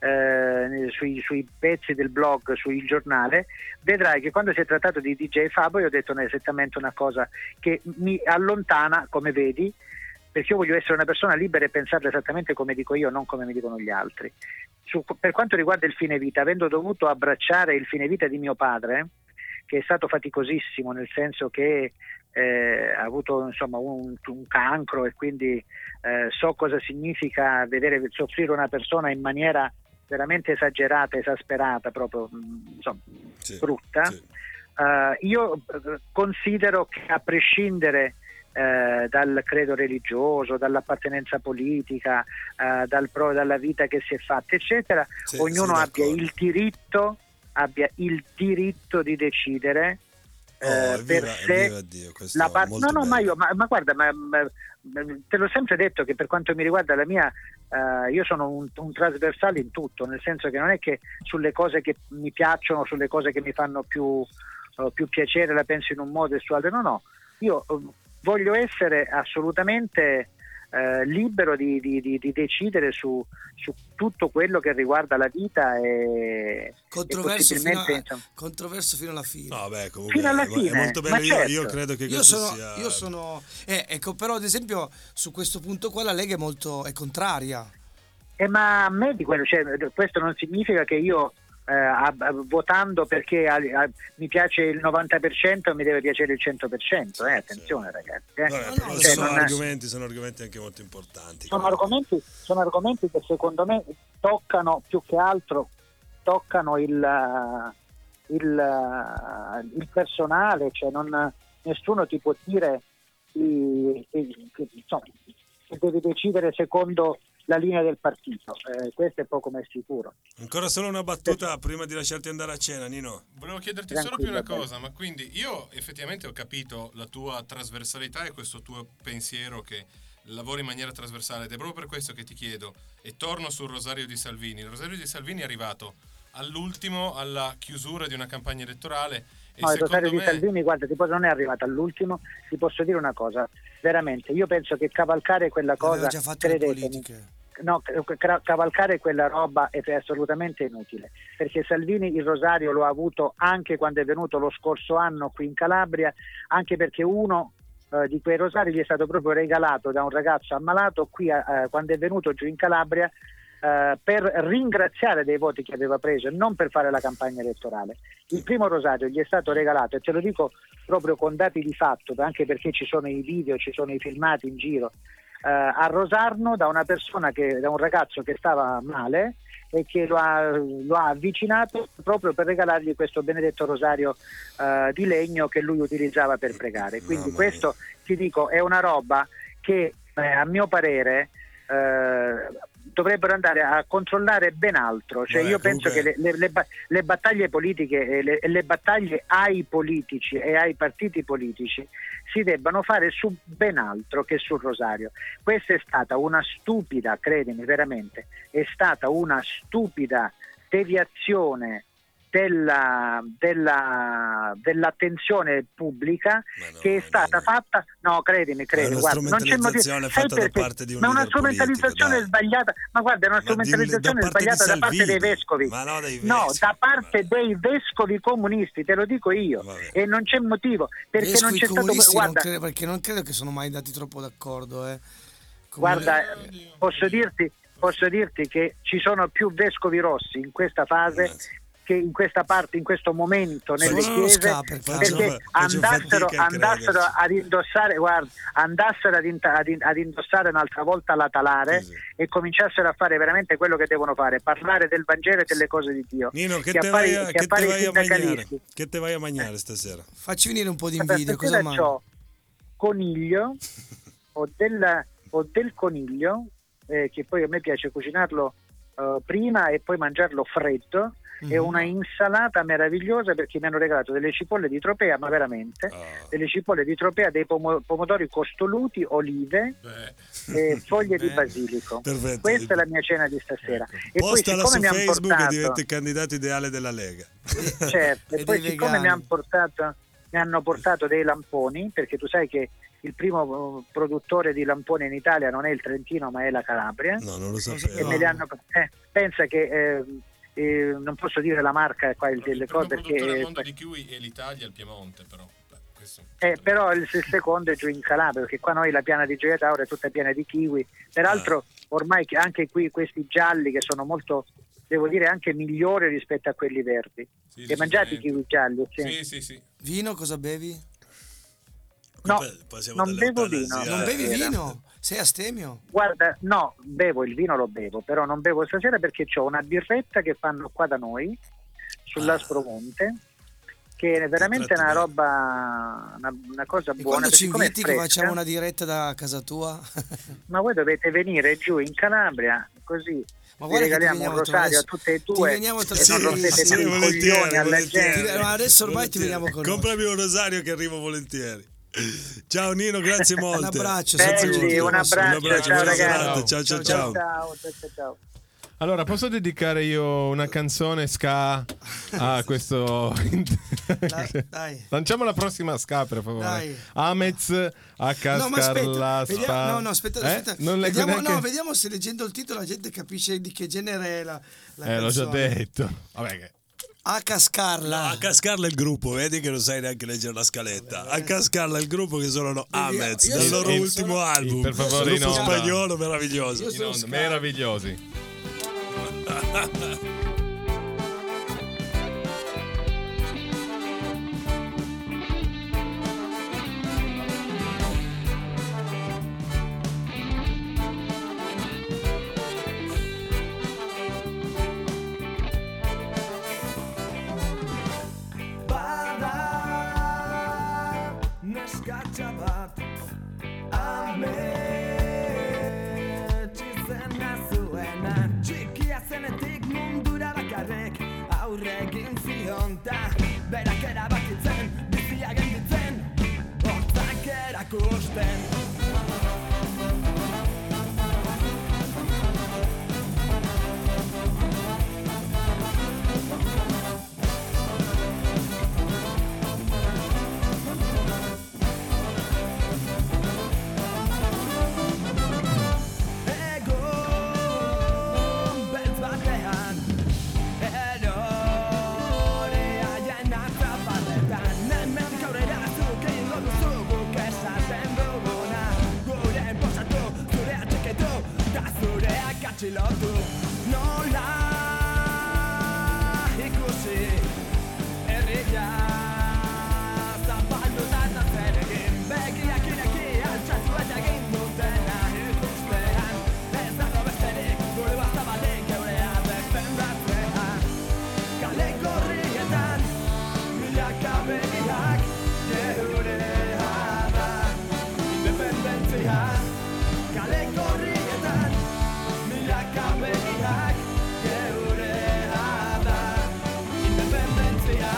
eh, sui, sui pezzi del blog, sul giornale, vedrai che quando si è trattato di D J Fabo io ho detto esattamente una cosa che mi allontana, come vedi, perché io voglio essere una persona libera e pensarla esattamente come dico io, non come mi dicono gli altri. Su, per quanto riguarda il fine vita, avendo dovuto abbracciare il fine vita di mio padre, che è stato faticosissimo, nel senso che eh, ha avuto insomma un, un cancro e quindi eh, so cosa significa vedere soffrire una persona in maniera veramente esagerata, esasperata, proprio insomma, Sì, brutta. sì. Eh, io eh, considero che a prescindere eh, dal credo religioso, dall'appartenenza politica, eh, dal pro, dalla vita che si è fatta, eccetera, Sì, ognuno sì, abbia d'accordo. il diritto abbia il diritto di decidere Oh, eh, evviva- per sé evviva Dio, questo la è par- molto no no ma bello. io ma, ma guarda ma, ma- ma- te l'ho sempre detto che per quanto mi riguarda la mia eh, io sono un, un trasversale in tutto, nel senso che non è che sulle cose che mi piacciono, sulle cose che mi fanno più, eh, più piacere la penso in un modo e su altre no no io eh, voglio essere assolutamente eh, libero di, di, di, di decidere su, su tutto quello che riguarda la vita e, Controverso, e fino, possibilmente a, insomma, controverso fino alla fine. No, beh, comunque Fino alla è, fine, è molto bello. ma Io, certo. io credo che Io questo sono, sia. io sono eh, ecco, però ad esempio su questo punto qua la Lega è molto è contraria. Eh, ma a me di quello, cioè, questo non significa che io eh, a- a- votando perché a- a- mi piace il novanta per cento mi deve piacere il cento per cento, eh, attenzione ragazzi. eh. Vabbè, No, però no, Cioè, sono, non è- argomenti, sono argomenti anche molto importanti. sono argomenti, sono argomenti che secondo me toccano più che altro toccano il, il, il personale, cioè non, nessuno ti può dire di- che, che, insomma, che devi decidere secondo la linea del partito, eh, questo è poco ma è sicuro. Ancora solo una battuta prima di lasciarti andare a cena, Nino. Volevo chiederti Tranquillo, solo più una bello. cosa, ma quindi io effettivamente ho capito la tua trasversalità e questo tuo pensiero che lavori in maniera trasversale, ed è proprio per questo che ti chiedo, e torno sul Rosario di Salvini. Il Rosario di Salvini è arrivato all'ultimo, alla chiusura di una campagna elettorale. E no, il Rosario me... di Salvini, guarda, ti posso, non è arrivato all'ultimo, ti posso dire una cosa, veramente, io penso che cavalcare quella cosa, aveva già fatto le politiche. No, cavalcare quella roba è assolutamente inutile, perché Salvini il Rosario lo ha avuto anche quando è venuto lo scorso anno qui in Calabria, anche perché uno eh, di quei rosari gli è stato proprio regalato da un ragazzo ammalato qui eh, quando è venuto giù in Calabria eh, per ringraziare dei voti che aveva preso e non per fare la campagna elettorale. Il primo rosario gli è stato regalato, e te lo dico proprio con dati di fatto, anche perché ci sono i video, ci sono i filmati in giro, Uh, a Rosarno da una persona che, da un ragazzo che stava male e che lo ha, lo ha avvicinato proprio per regalargli questo benedetto rosario uh, di legno che lui utilizzava per pregare. Quindi questo, ti dico, è una roba che eh, a mio parere eh, dovrebbero andare a controllare ben altro. Cioè, Beh, io comunque... penso che le, le, le, le battaglie politiche e le, le battaglie ai politici e ai partiti politici si debbano fare su ben altro che sul rosario. Questa è stata una stupida, credimi veramente, è stata una stupida deviazione della, della, dell'attenzione pubblica no, che è stata fatta, no credimi, credimi, guarda, non c'è motivo, sai perché? Da ma una strumentalizzazione politico, sbagliata, ma guarda, è una ma strumentalizzazione di, sbagliata da parte dei vescovi, ma no, dei vescovi, no, da parte ma... dei vescovi comunisti, te lo dico io, vabbè. E non c'è motivo, perché vescovi non c'è stato, guarda, non credo, perché non credo che sono mai andati troppo d'accordo, eh. Come... guarda, posso dirti, posso dirti che ci sono più vescovi rossi in questa fase che in questa parte, in questo momento nelle chiese, perché faccio, andassero, andassero ad indossare, guarda, andassero ad, in, ad, in, ad indossare un'altra volta la talare sì, sì. E cominciassero a fare veramente quello che devono fare, parlare del Vangelo e delle cose di Dio. Nino, che, che te vai a, che te vai a mangiare? Che te vai a mangiare stasera? Facci venire un po' di invidia, cosa mangi? C'ho coniglio o del, o del coniglio, eh, che poi a me piace cucinarlo uh, prima e poi mangiarlo freddo. Mm-hmm. È una insalata meravigliosa perché mi hanno regalato delle cipolle di Tropea, ma veramente oh. delle cipolle di Tropea, dei pom- pomodori costoluti, olive e foglie di basilico. Perfetto. Questa è la mia cena di stasera. E postala poi, su mi Facebook portato... e diventi il candidato ideale della Lega. Certo, e, e poi siccome mi hanno portato mi hanno portato dei lamponi, perché tu sai che il primo produttore di lamponi in Italia non è il Trentino ma è la Calabria. No, non lo sapevo. E me li hanno eh, pensa che eh, Eh, non posso dire la marca qua il, delle cose perché il mondo di kiwi è l'Italia e il Piemonte, però beh, questo... eh, però il, il secondo è giù in Calabria, perché qua noi la piana di Gioia Tauro è tutta piena di kiwi, peraltro ah. ormai anche qui questi gialli che sono molto, devo dire, anche migliori rispetto a quelli verdi. Sì, hai mangiato i kiwi gialli? Sì. Sì, sì, sì. Vino cosa bevi? No, non bevo vino. Non bevi vino? Sei astemio? Guarda, no, bevo il vino, lo bevo, però non bevo stasera perché ho una birretta che fanno qua da noi, sull'Aspromonte, che è veramente una roba, una, una cosa e buona. Quando ci inviti che facciamo una diretta da casa tua? Ma voi dovete venire giù in Calabria, così ma vi regaliamo un rosario a tutte e due e non rompete sì, più i coglioni alla gente. Ti, ma adesso ormai volentieri. Ti veniamo con comprami un rosario che arrivo volentieri. Ciao Nino, grazie molte. Un abbraccio, Belli, un abbraccio, un abbraccio, ciao ragazzi. Ciao ciao ciao. Ciao, ciao, ciao. Allora, posso dedicare io una canzone ska a questo... Dai, dai. Lanciamo la prossima ska, per favore. Dai. Amez a cascarla no, spa. no, no, aspetta, eh? aspetta. Non vediamo, neanche... no, vediamo se leggendo il titolo la gente capisce di che genere è la, la Eh, canzone. l'ho già detto. Vabbè che... A cascarla. No, a cascarla il gruppo, vedi che non sai neanche leggere la scaletta. A cascarla il gruppo che sono Amez, dal loro il, ultimo sono, album. Per favore, in onda. Spagnolo meraviglioso. In onda, meravigliosi. Scaccia bat ame Txizena zuena Txikia zenetik mundura bakarrek aurre egin zion ta berak erabakitzen bizia genditzen hortzak erakusten immagino tu non l'hai così e riga sta valutando bene che becchi a chi ne chi al centro e da che montana e tu stai e sta dove stai voleva stava lì che voleva defendere che le corrietan mi la caveria che voleva independenza che le corrietan mi la caveria che voleva independenza.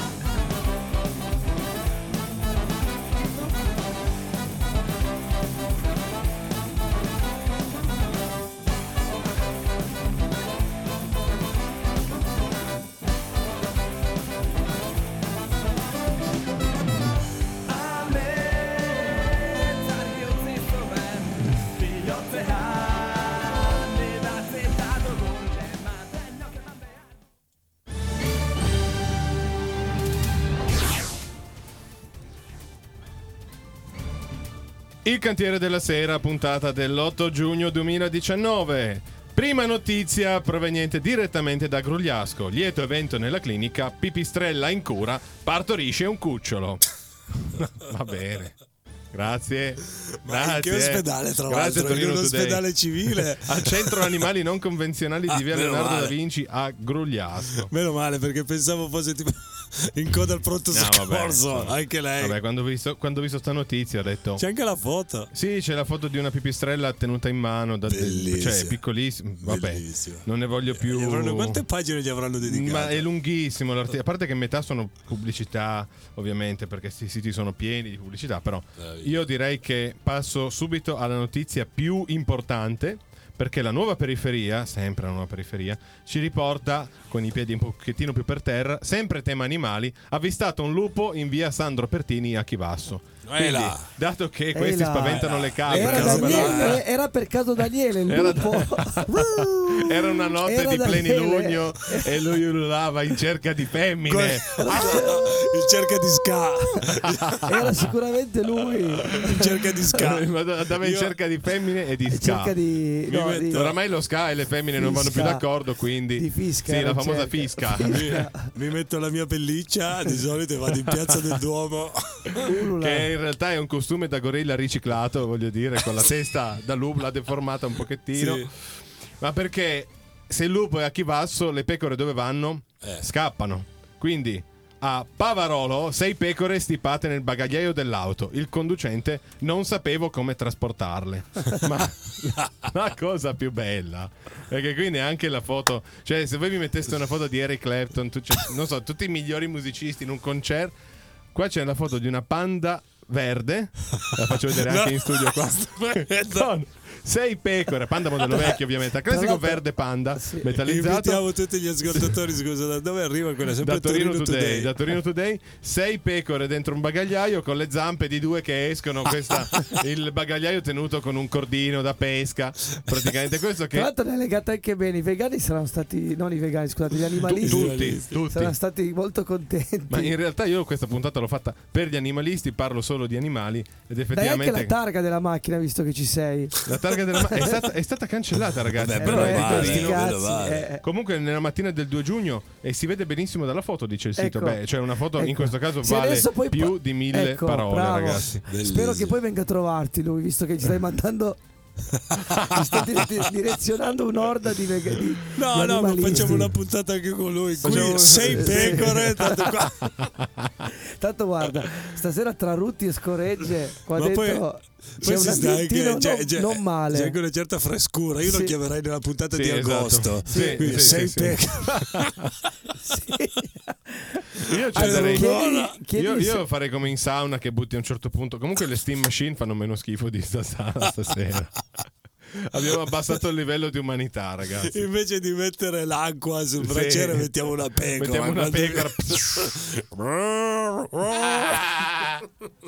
Il cantiere della sera, puntata dell'otto giugno duemiladiciannove. Prima notizia proveniente direttamente da Grugliasco. Lieto evento nella clinica, pipistrella in cura, partorisce un cucciolo. Va bene. Grazie. Ma Grazie. in che ospedale, tra Grazie, l'altro? In Torino un Today. ospedale civile. Al centro animali non convenzionali di Ah, via meno Leonardo male. da Vinci a Grugliasco. Meno male, perché pensavo fosse tipo in coda al pronto No, vabbè, soccorso. insomma. Anche lei. Vabbè, quando ho visto, quando ho visto sta notizia ho detto C'è anche la foto. sì, c'è la foto di una pipistrella tenuta in mano da Bellissima. cioè piccolissima. Vabbè, Bellissima. non ne voglio più. Gli avranno- quante pagine gli avranno dedicato? Ma è lunghissimo l'articolo. A parte che metà sono pubblicità, ovviamente, perché questi siti sono pieni di pubblicità. Però io direi che passo subito alla notizia più importante, perché la nuova periferia, sempre la nuova periferia, ci riporta con i piedi un pochettino più per terra, sempre tema animali, avvistato un lupo in via Sandro Pertini a Chivasso. Quindi, là. dato che Ehi questi là. spaventano le capre, Era, roba Daniele- là, era per caso Daniele il Era- lupo. era una notte Era di Daniele. plenilunio e lui ululava in cerca di femmine. In cerca di ska. Era sicuramente lui. In cerca di ska. Ma andava in Io- cerca di femmine e di In ska. cerca di, Mi no, metto- di- Oramai lo ska e le femmine non vanno più Fisca. d'accordo, quindi Di fisca, sì, era la famosa cerca. fisca. Mi, mi metto la mia pelliccia di solito e vado in piazza del Duomo. Ulula. Che in realtà è un costume da gorilla riciclato, voglio dire, con la testa da lupo, l'ha deformata un pochettino. Sì. Ma perché se il lupo è a Chivasso, le pecore dove vanno? Eh. Scappano. Quindi a Pavarolo, sei pecore stipate nel bagagliaio dell'auto. Il conducente non sapevo come trasportarle. Ma la, la cosa più bella è che qui neanche la foto, cioè se voi mi metteste una foto di Eric Clapton, tu- cioè, non so, tutti i migliori musicisti in un concerto, qua c'è la foto di una panda verde, la faccio vedere anche No. in studio qua. Con sei pecore, panda modello vecchio ovviamente, classico Tra l'altro- verde panda sì. metallizzato. Invitiamo tutti gli ascoltatori, scusa, da dove arriva quella? Sempre Da Torino, Today, da Torino Today, sei pecore dentro un bagagliaio con le zampe di due che escono. Questa, il bagagliaio tenuto con un cordino da pesca. Praticamente questo Tra che l'altro ne è legata anche bene. I vegani saranno stati, non i vegani, scusate, gli animalisti tutti, tutti. saranno stati molto contenti. Ma in realtà io questa puntata l'ho fatta per gli animalisti, parlo solo di animali ed Dai anche effettivamente la targa della macchina, visto che ci sei. la targa della ma- è, stata, è stata cancellata, ragazzi. Vabbè, però Eh, è di vale, sti Torino. meno cazzi, vale. eh. Comunque nella mattina del due giugno e si vede benissimo dalla foto, dice il sito. Ecco. Beh, cioè una foto in Ecco. questo caso Se vale adesso poi più po- di mille ecco, parole, bravo. ragazzi. Spero che poi venga a trovarti lui, visto che ci stai mandando. Ci sta di- di- direzionando un'orda di, vega- di No, di no, ma animalisti. facciamo una puntata anche con lui. Qui Facciamo- sei sì. pecore. Tanto qua. Tanto guarda, stasera tra Rutti e Scoregge qua Ma dentro poi, c'è poi un si sta ambientino anche, non, c'è- c'è- non male. c'è anche una certa frescura. Io lo Sì. chiamerei nella puntata Sì, di esatto. agosto. Sì, Quindi sì, sei sì, sì. pecore. Sì. Io, ci Allora, darei- chiedi- chiedi io, se- io farei come in sauna che butti a un certo punto. Comunque le steam machine fanno meno schifo di sta sala stasera. Abbiamo abbassato il livello di umanità, ragazzi. Invece di mettere l'acqua sul Sì. braciere, mettiamo una pecora. Mettiamo una Quando- pecora.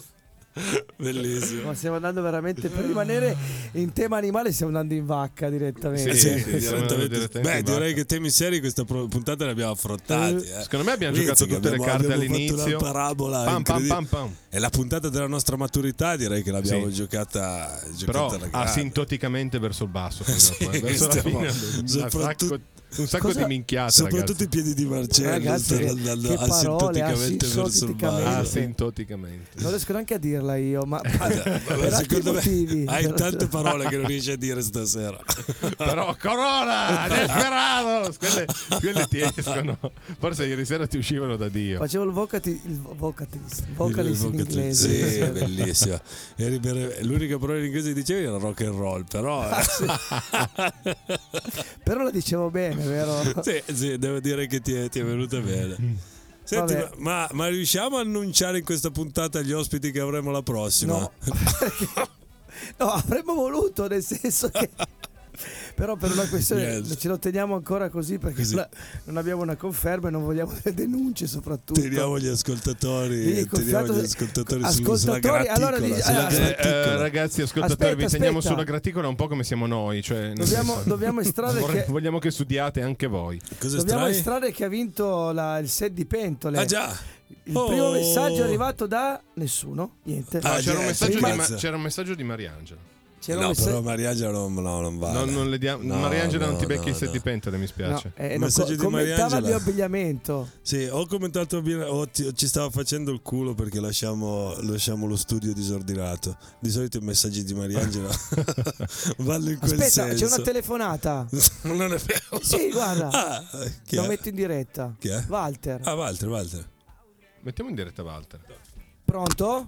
Bellissimo. Ma stiamo andando veramente per rimanere in tema animale, stiamo andando in vacca direttamente. Sì, sì, direttamente. direttamente Beh, in direi vacca. che temi seri questa pro- puntata li abbiamo affrontati. Eh. Secondo me abbiamo Inizio giocato che tutte le abbiamo- carte abbiamo fatto all'inizio. una parabola Pam, pam, incredibile. pam, pam. È la puntata della nostra maturità, direi che l'abbiamo Sì. giocata, giocata Però alla grande. asintoticamente verso il basso. poi Sì, dopo, eh. Verso la stiamo- fine, un soprattutto- sacco, un sacco Cosa- di minchiate, Soprattutto ragazzi. i piedi di Marcello Ragazzi, stanno che- andando che parole, asintoticamente verso il asintoticamente. basso. Asintoticamente. Non riesco neanche a dirla io, ma Vabbè, per altri secondo me motivi. hai tante parole che non riesci a dire stasera. Però Corona, Desperados, quelle, quelle ti escono. Forse ieri sera ti uscivano da Dio. Facevo il vocati, il vocalist, vocalist in Il- il- inglese. Sì, bellissimo. Eri per- L'unica parola in inglese che dicevi era rock and roll, però eh. Però la dicevo bene, vero? sì, sì, devo dire che ti è, ti è venuta bene. Senti, Vabbè. ma, ma riusciamo a annunciare in questa puntata gli ospiti che avremo la prossima? No, perché- no, avremmo voluto, nel senso che però per una questione Niente. ce lo teniamo ancora così perché Così. la- non abbiamo una conferma e non vogliamo le denunce soprattutto. Teniamo gli ascoltatori, Vieni teniamo confiato- gli ascoltatori, sul- ascoltatori, sulla allora graticola, di- sulla eh, Eh, graticola. eh, ragazzi, ascoltatori, Aspetta, vi teniamo aspetta. sulla graticola un po' come siamo noi. Cioè, nel Dobbiamo- senso, dobbiamo estrarre vorrei- che- vogliamo che studiate anche voi. Cosa Dobbiamo estrai? estrarre che ha vinto la- il set di pentole. Ah già. Il Oh. primo messaggio è arrivato da nessuno, niente. No, Ah, c'era, un yes, messaggio di, prima- Ma- c'era un messaggio di Mariangela. C'era un No, messa- però Mariangela non, no, non vale. Non, non le diamo- No, Mariangela non no, ti becchi no, il set no. di pentole, mi no, spiace. eh, Il no, messaggio co- di commentava il Mariangela. mio abbigliamento. Sì, ho commentato o, ti- o ci stava facendo il culo perché lasciamo, lasciamo lo studio disordinato. Di solito i messaggi di Mariangela vanno in quel Aspetta, senso. c'è una telefonata. Non è vero. Sì, guarda. Ah, chi Lo è? metto in diretta. Chi è? Walter. Ah, Walter, Walter. Mettiamo in diretta Walter. Pronto?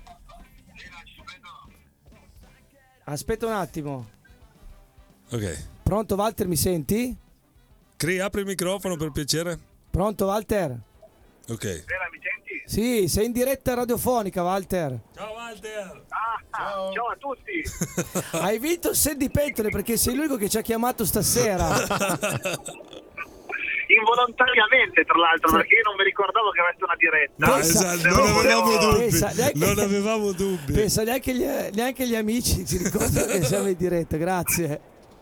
Aspetta un attimo. Ok. Pronto Walter, mi senti? Cri, apri il microfono per piacere. Pronto Walter? Ok. mi senti? Sì, sei in diretta radiofonica Walter. Ciao Walter. Ah, ciao a tutti. Hai vinto il set di pentole perché sei l'unico che ci ha chiamato stasera. Involontariamente, tra l'altro, perché io non mi ricordavo che avesse una diretta. No, Pensa- esatto, non avevamo dubbi. Pensa, neanche- Non avevamo dubbi. Pensa, neanche gli, neanche gli amici si ricordano che siamo in diretta, grazie.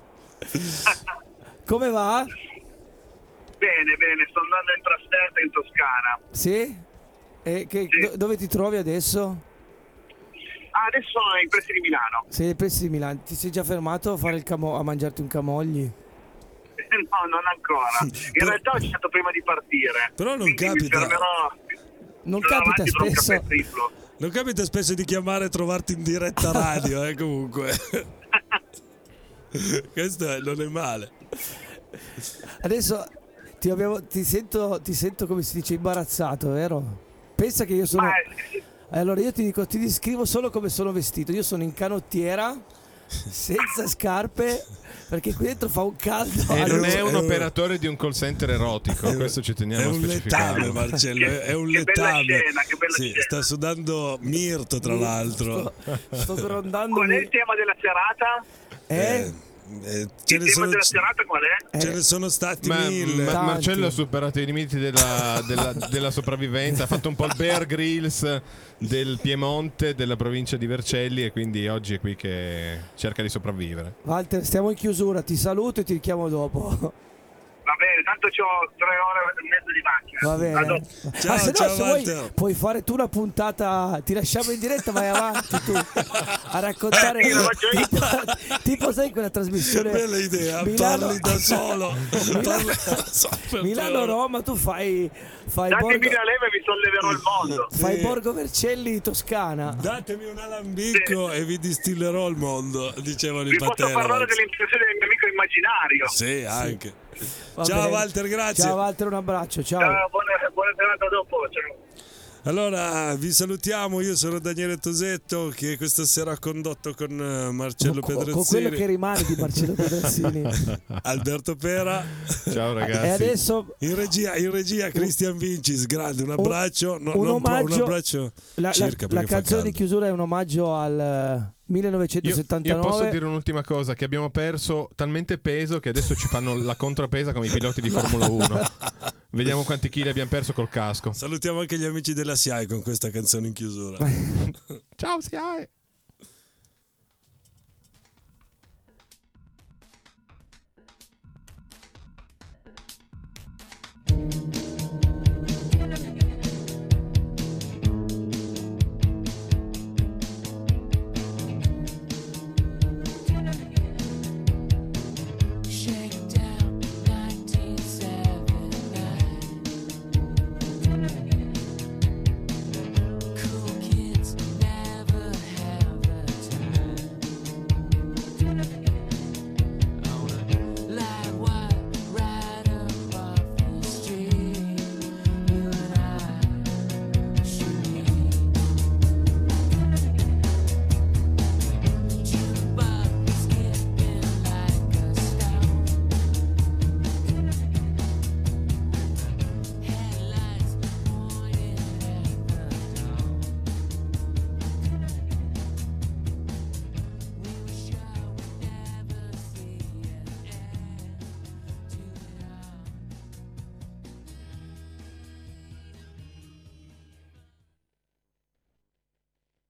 Come va? Bene, bene, sto andando in trasferta in Toscana. Sì? E che- Sì. do- dove ti trovi adesso? Ah, adesso sono nei pressi di Milano. Sei nei pressi di Milano. Ti sei già fermato a, fare il camo- a mangiarti un camogli? No, non ancora. In Però- realtà ho cercato prima di partire. Però non Quindi capita. Mi fermerò Non più capita avanti per un spesso. caffè triplo. Non capita spesso di chiamare e trovarti in diretta radio, eh, comunque. Questo è- non è male. Adesso ti, abbiamo- ti sento, ti sento come si dice imbarazzato, vero? Pensa che io sono... Ma eh, Allora io ti dico, ti descrivo solo come sono vestito. Io sono in canottiera, senza scarpe, perché qui dentro fa un caldo. E non Allora- è un è un- operatore di un call center erotico, questo ci È teniamo a un letame, specificare. Marcello, è- è un Che bella letame. scena, che bella Sì, scena. sta sudando mirto, tra l'altro. Sto, sto grondando. qual è il tema della serata? Eh? Eh, ce, Il ne tema sono, della serata qual è? Eh. ce ne sono stati Ma, mille. ma- Tanti. Marcello ha superato i limiti della, della- della sopravvivenza, ha fatto un po' il Bear Grylls del Piemonte, della provincia di Vercelli, e quindi oggi è qui che cerca di sopravvivere. Walter, stiamo in chiusura, ti saluto e ti richiamo dopo. Va bene, tanto c'ho tre ore e mezzo di macchina. Va A bene. dopo. Ciao, Ah, se no, ciao, se Walter. vuoi puoi fare tu una puntata, ti lasciamo in diretta, vai avanti tu a raccontare. Eh, io lo faccio io. tipo, tipo sai quella trasmissione Bella idea, Milano- parli da solo. Milano- Parli da solo per Milano te. Roma, tu fai fai Datemi Borgo, la leva e vi solleverò il mondo. fai Sì. Borgo Vercelli Toscana. Datemi un alambicco e vi distillerò il mondo, dicevano i Vi posso patera. parlare dell'impressione del mio amico immaginario. Sì, anche. Va Ciao bene. Walter, grazie. Ciao Walter, un abbraccio, ciao. Ciao, buona, buona serata dopo. Ciao. Allora, vi salutiamo. Io sono Daniele Tosetto, che questa sera ha condotto con eh, Marcello con, Pedrezzini, con quello che rimane di Marcello Pedrezzini. Alberto Pera. Ciao ragazzi. E adesso In regia, in regia Cristian Vincis, grande, un abbraccio. No, un non pro- omaggio- un abbraccio la, la- circa, la perché fa canzone di caldo. chiusura è un omaggio al eh, Io, millenovecentosettantanove. io posso dire un'ultima cosa, che abbiamo perso talmente peso che adesso ci fanno la contrapesa come i piloti di Formula uno. Vediamo quanti chili abbiamo perso col casco. Salutiamo anche gli amici della S I A E con questa canzone in chiusura. Ciao S I A E.